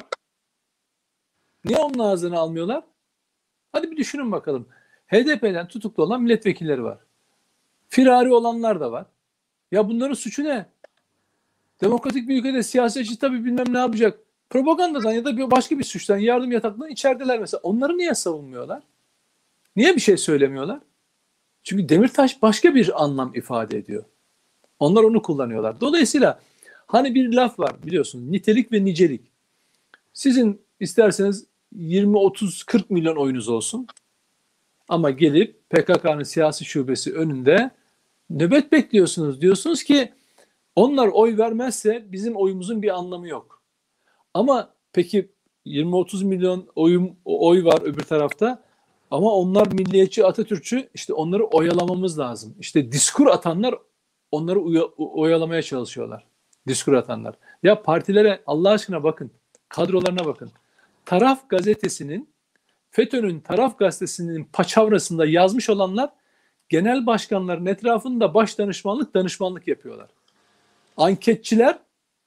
Niye onun ağzını almıyorlar? Hadi bir düşünün bakalım. H D P'den tutuklu olan milletvekilleri var. Firari olanlar da var. Ya bunların suçu ne? Demokratik bir ülkede siyasetçi tabii bilmem ne yapacak. Propagandadan ya da bir başka bir suçtan, yardım yataklığından içerideler mesela. Onları niye savunmuyorlar? Niye bir şey söylemiyorlar? Çünkü Demirtaş başka bir anlam ifade ediyor. Onlar onu kullanıyorlar. Dolayısıyla hani bir laf var biliyorsunuz, nitelik ve nicelik. Sizin isterseniz yirmi otuz kırk milyon oyunuz olsun ama gelip P K K'nın siyasi şubesi önünde nöbet bekliyorsunuz. Diyorsunuz ki onlar oy vermezse bizim oyumuzun bir anlamı yok. Ama peki yirmi otuz milyon oyum, oy var öbür tarafta ama onlar milliyetçi, Atatürkçü, işte onları oyalamamız lazım. İşte diskur atanlar onları uya, oyalamaya çalışıyorlar. Diskur atanlar. Ya partilere Allah aşkına bakın, kadrolarına bakın. Taraf gazetesinin, FETÖ'nün Taraf gazetesinin paçavrasında yazmış olanlar genel başkanların etrafında baş danışmanlık danışmanlık yapıyorlar. Anketçiler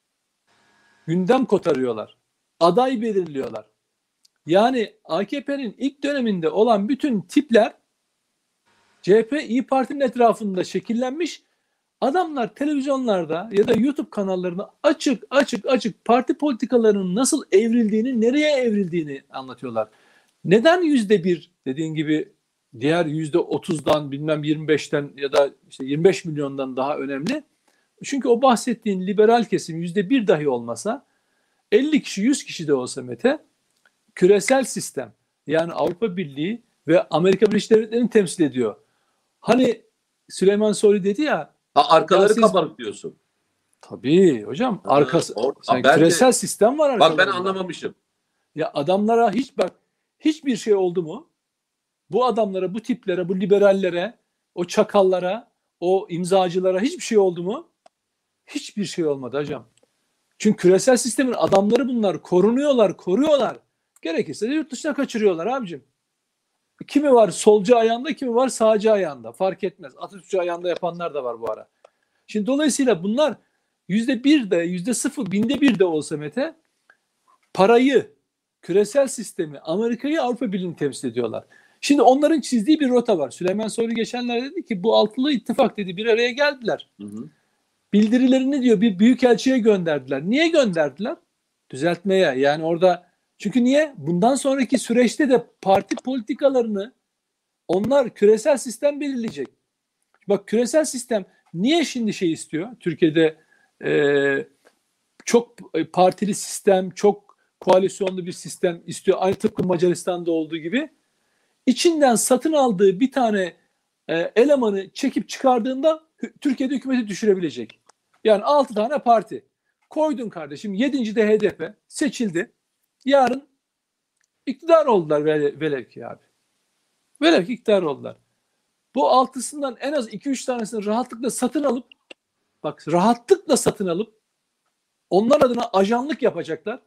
gündem kotarıyorlar. Aday belirliyorlar. Yani A K P'nin ilk döneminde olan bütün tipler C H P, İYİ Parti'nin etrafında şekillenmiş. Adamlar televizyonlarda ya da YouTube kanallarında açık açık açık parti politikalarının nasıl evrildiğini, nereye evrildiğini anlatıyorlar. Neden yüzde bir dediğin gibi diğer yüzde otuzdan bilmem yirmi beşten ya da işte yirmi beş milyondan daha önemli? Çünkü o bahsettiğin liberal kesim yüzde bir dahi olmasa elli kişi yüz kişi de olsa Mete, küresel sistem yani Avrupa Birliği ve Amerika Birleşik Devletleri'ni temsil ediyor. Hani Süleyman Soylu dedi ya, ha, arkaları siz, kabarık diyorsun. Tabii hocam, arkası or, yani ben küresel de, sistem var arkalarında. bak ben anlamamışım. Ya adamlara hiç bak hiçbir şey oldu mu? Bu adamlara, bu tiplere, bu liberallere, o çakallara, o imzacılara hiçbir şey oldu mu? Hiçbir şey olmadı hocam. Çünkü küresel sistemin adamları bunlar. Korunuyorlar, koruyorlar. Gerekirse de yurt dışına kaçırıyorlar abicim. kimi var solcu ayağında, kimi var sağcı ayağında. Fark etmez. Atatürkçü ayağında yapanlar da var bu ara. Şimdi dolayısıyla bunlar yüzde bir de, yüzde sıfır, binde bir de olsa Mete, parayı, küresel sistemi, Amerika'yı, Avrupa Birliği'ni temsil ediyorlar. Şimdi onların çizdiği bir rota var. Süleyman Soylu geçenlerde dedi ki bu altılı ittifak dedi bir araya geldiler. Hı hı. Bildirilerini diyor bir büyükelçiye gönderdiler. Niye gönderdiler? Düzeltmeye. Yani orada çünkü niye? Bundan sonraki süreçte de parti politikalarını onlar küresel sistem belirleyecek. Bak küresel sistem niye şimdi şey istiyor? Türkiye'de e, çok partili sistem, çok koalisyonlu bir sistem istiyor. Aynı tıpkı Macaristan'da olduğu gibi. İçinden satın aldığı bir tane e, elemanı çekip çıkardığında Türkiye'de hükümeti düşürebilecek. Yani altı tane parti. Koydun kardeşim. Yedinci de H D P seçildi. Yarın iktidar oldular vele, velev ki abi. Velev ki iktidar oldular. Bu altısından en az iki üç tanesini rahatlıkla satın alıp bak rahatlıkla satın alıp onlar adına ajanlık yapacaklar.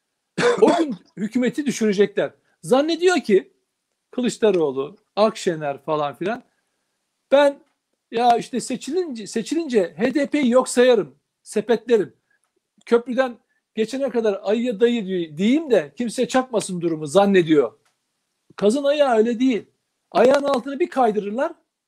O gün hükümeti düşürecekler. Zannediyor ki Kılıçdaroğlu, Akşener falan filan ben ya işte seçilince, seçilince H D P'yi yok sayarım, sepetlerim. Köprüden geçene kadar ayıya dayı diyeyim de kimse çakmasın durumu zannediyor. Kazın ayağı öyle değil. Ayağın altını bir kaydırırlar.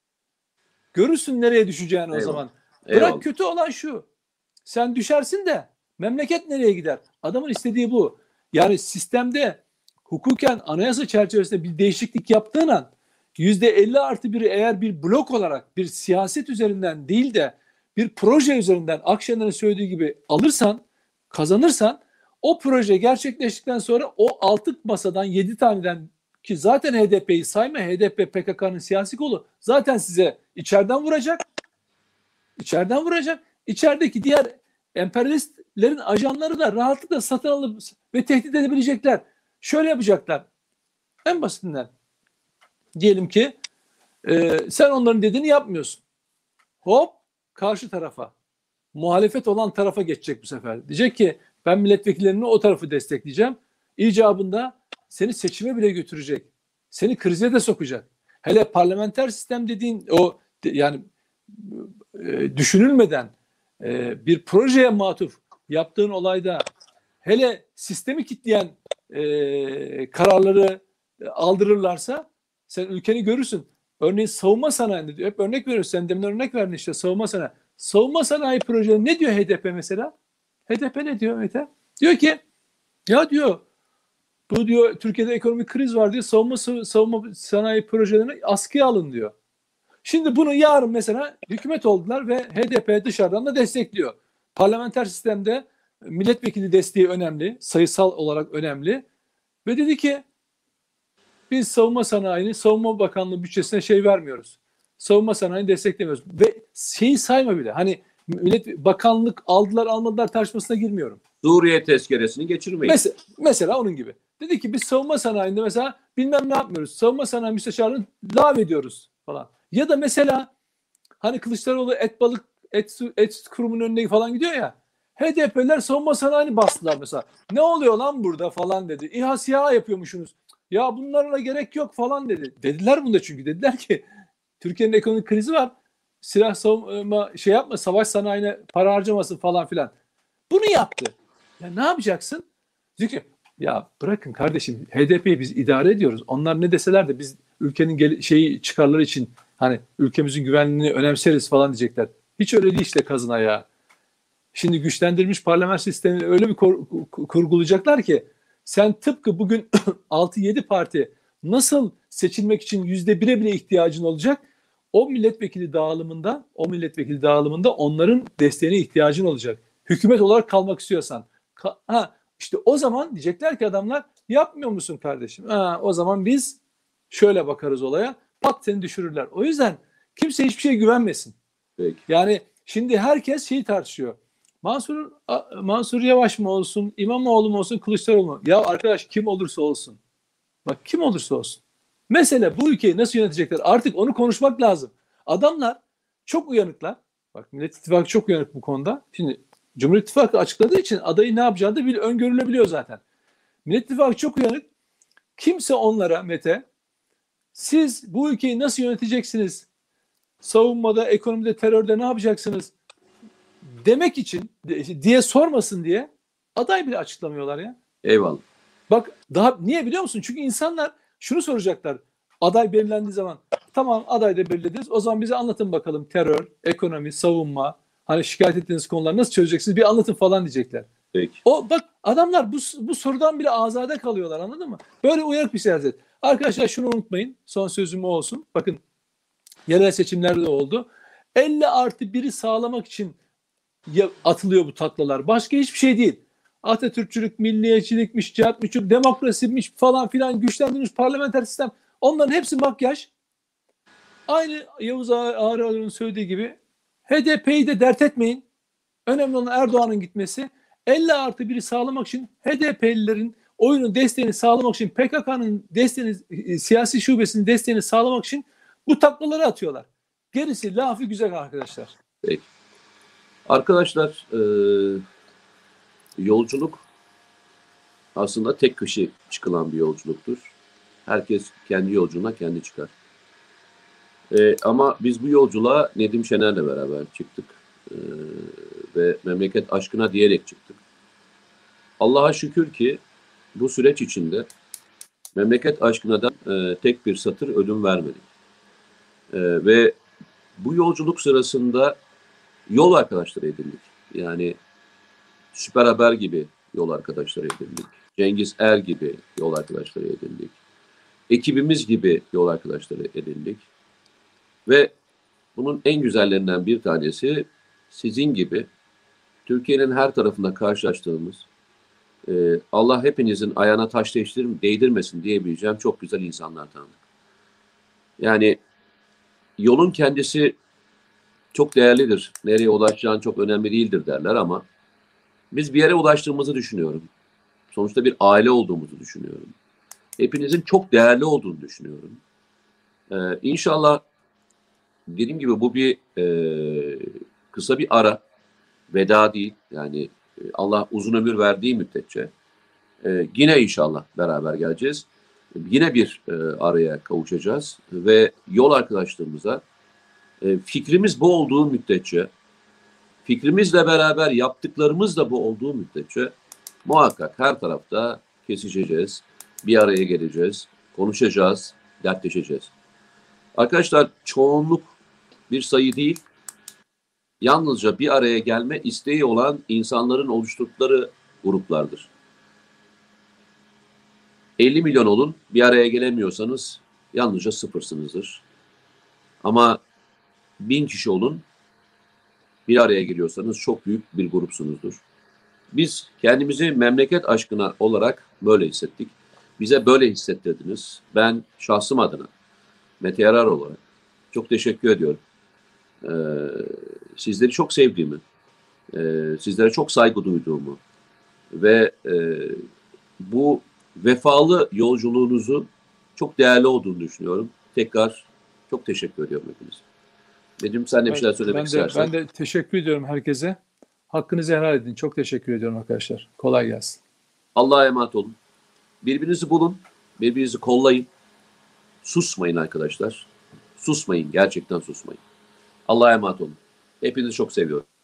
Görürsün nereye düşeceğini o Eyvallah. zaman. Eyvallah. Bırak kötü olan şu. Sen düşersin de memleket nereye gider? Adamın istediği bu. Yani sistemde hukuken anayasa çerçevesinde bir değişiklik yaptığın an yüzde elli artı biri eğer bir blok olarak bir siyaset üzerinden değil de bir proje üzerinden Akşener'in söylediği gibi alırsan, kazanırsan o proje gerçekleştikten sonra o altı masadan yedi taneden ki zaten H D P'yi sayma, H D P P K K'nın siyasi kolu zaten size içeriden vuracak. İçeriden vuracak. İçerideki diğer emperyalistlerin ajanları da rahatlıkla satın alıp ve tehdit edebilecekler. Şöyle yapacaklar. En basitinden diyelim ki e, sen onların dediğini yapmıyorsun. Hop karşı tarafa muhalefet olan tarafa geçecek bu sefer. Diyecek ki ben milletvekillerini o tarafı destekleyeceğim. İcabında seni seçime bile götürecek. Seni krize de sokacak. Hele parlamenter sistem dediğin o yani e, düşünülmeden e, bir projeye matuf yaptığın olayda hele sistemi kitleyen e, kararları aldırırlarsa sen ülkeni görürsün. Örneğin savunma sanayinde diyor. Hep örnek veriyoruz. Sen demin örnek verdin işte savunma sanayi. Savunma sanayi projeleri ne diyor H D P mesela? H D P ne diyor Mete? Diyor ki ya diyor bu diyor Türkiye'de ekonomik kriz var diyor. Savunma savunma sanayi projelerini askıya alın diyor. Şimdi bunu yarın mesela hükümet oldular ve H D P dışarıdan da destekliyor. Parlamenter sistemde milletvekili desteği önemli, sayısal olarak önemli. Ve dedi ki biz savunma sanayini, savunma bakanlığı bütçesine şey vermiyoruz. Savunma sanayini desteklemiyoruz. Ve şeyi sayma bile. Hani millet bakanlık aldılar almadılar tartışmasına girmiyorum. Suriye tezkeresini geçirmeyin. Mesela, mesela onun gibi. Dedi ki biz savunma sanayinde mesela bilmem ne yapmıyoruz. Savunma sanayi müsteşarlığını lav ediyoruz falan. Ya da mesela hani Kılıçdaroğlu et balık et, et kurumunun önüne falan gidiyor ya. H D P'ler savunma sanayini bastılar mesela. Ne oluyor lan burada falan dedi. İHA SİHA yapıyormuşsunuz. Ya bunlarla gerek yok falan dedi. Dediler bunu da çünkü. Dediler ki Türkiye'nin ekonomik krizi var. Silah savunma şey yapma, savaş sanayine para harcamasın falan filan. Bunu yaptı. Ya ne yapacaksın? Diyor ki ya bırakın kardeşim H D P'yi biz idare ediyoruz. Onlar ne deseler de biz ülkenin gel- şeyi çıkarları için hani ülkemizin güvenliğini önemseriz falan diyecekler. Hiç öyle değil işte kazın ayağı. Şimdi güçlendirilmiş parlamenter sistemi öyle bir kur- kurgulayacaklar ki sen tıpkı bugün altı yedi parti nasıl seçilmek için yüzde bire bile ihtiyacın olacak? O milletvekili dağılımında, o milletvekili dağılımında onların desteğine ihtiyacın olacak. Hükümet olarak kalmak istiyorsan. Ka- ha, işte o zaman diyecekler ki adamlar yapmıyor musun kardeşim? Ha, o zaman biz şöyle bakarız olaya. Pat seni düşürürler. O yüzden kimse hiçbir şeye güvenmesin. Peki. Yani şimdi herkes şeyi tartışıyor. Mansur Mansur Yavaş mı olsun, İmamoğlu mu olsun, Kılıçdaroğlu mu? Ya arkadaş kim olursa olsun. Bak kim olursa olsun. Mesele bu ülkeyi nasıl yönetecekler? Artık onu konuşmak lazım. Adamlar çok uyanıklar. Bak Millet İttifakı çok uyanık bu konuda. Şimdi Cumhur İttifakı açıkladığı için adayı ne yapacağını da bil, öngörülebiliyor zaten. Millet İttifakı çok uyanık. Kimse onlara Mete Siz bu ülkeyi nasıl yöneteceksiniz? Savunmada, ekonomide, terörde ne yapacaksınız? Demek için diye sormasın diye aday bile açıklamıyorlar ya. Eyvallah. Bak daha niye biliyor musun? Çünkü insanlar şunu soracaklar. Aday belirlendiği zaman tamam aday da belirlediniz. O zaman bize anlatın bakalım terör, ekonomi, savunma, hani şikayet ettiğiniz konular nasıl çözeceksiniz bir anlatın falan diyecekler. Peki. O bak adamlar bu, bu sorudan bile azade kalıyorlar, anladın mı? Böyle uyanık bir siyaset. Arkadaşlar şunu unutmayın. Son sözüm o olsun. Bakın yerel seçimlerde de oldu. elli artı biri sağlamak için atılıyor bu taklalar. Başka hiçbir şey değil. Atatürkçülük, milliyetçilikmiş, cihatmış, demokrasiymiş falan filan, güçlendirilmiş parlamenter sistem. Onların hepsi makyaj. Aynı Yavuz Ağrıoğlu'nun söylediği gibi H D P'yi de dert etmeyin. Önemli olan Erdoğan'ın gitmesi. elli artı biri sağlamak için H D P'lilerin oyunun desteğini sağlamak için, P K K'nın desteğini, siyasi şubesinin desteğini sağlamak için bu taklaları atıyorlar. Gerisi lafı güzel arkadaşlar. Peki. Arkadaşlar e, yolculuk aslında tek kişi çıkılan bir yolculuktur. Herkes kendi yolculuğuna kendi çıkar. E, ama biz bu yolculuğa Nedim Şener'le beraber çıktık. E, ve memleket aşkına diyerek çıktık. Allah'a şükür ki bu süreç içinde memleket aşkına da e, tek bir satır ölüm vermedik. E, ve bu yolculuk sırasında yol arkadaşları edindik. Yani Süper Haber gibi yol arkadaşları edindik. Cengiz Er gibi yol arkadaşları edindik. Ekibimiz gibi yol arkadaşları edindik. Ve bunun en güzellerinden bir tanesi sizin gibi Türkiye'nin her tarafında karşılaştığımız, e, Allah hepinizin ayağına taş değdirmesin diyebileceğim çok güzel insanlar tanıdık. Yani yolun kendisi çok değerlidir. Nereye ulaşacağın çok önemli değildir derler ama biz bir yere ulaştığımızı düşünüyorum. Sonuçta bir aile olduğumuzu düşünüyorum. Hepinizin çok değerli olduğunu düşünüyorum. Ee, İnşallah dediğim gibi bu bir e, kısa bir ara. Veda değil. Yani Allah uzun ömür verdiği müddetçe e, yine inşallah beraber geleceğiz. Yine bir e, araya kavuşacağız ve yol arkadaşlığımıza e, fikrimiz bu olduğu müddetçe, fikrimizle beraber yaptıklarımız da bu olduğu müddetçe muhakkak her tarafta kesişeceğiz, bir araya geleceğiz, konuşacağız, dertleşeceğiz. Arkadaşlar çoğunluk bir sayı değil, yalnızca bir araya gelme isteği olan insanların oluşturdukları gruplardır. elli milyon olun, bir araya gelemiyorsanız yalnızca sıfırsınızdır. Ama bin kişi olun, bir araya geliyorsanız çok büyük bir grupsunuzdur. Biz kendimizi memleket aşkına olarak böyle hissettik. Bize böyle hissettirdiniz. Ben şahsım adına, Mete Yarar olarak çok teşekkür ediyorum. Ee, sizleri çok sevdiğimi, e, sizlere çok saygı duyduğumu ve e, bu vefalı yolculuğunuzu çok değerli olduğunu düşünüyorum. Tekrar çok teşekkür ediyorum hepinize. Nedim sen de bir şeyler söylemek ben de, istersen. Ben de teşekkür ediyorum herkese. Hakkınızı helal edin. Çok teşekkür ediyorum arkadaşlar. Kolay gelsin. Allah'a emanet olun. Birbirinizi bulun. Birbirinizi kollayın. Susmayın arkadaşlar. Susmayın. Gerçekten susmayın. Allah'a emanet olun. Hepinizi çok seviyorum.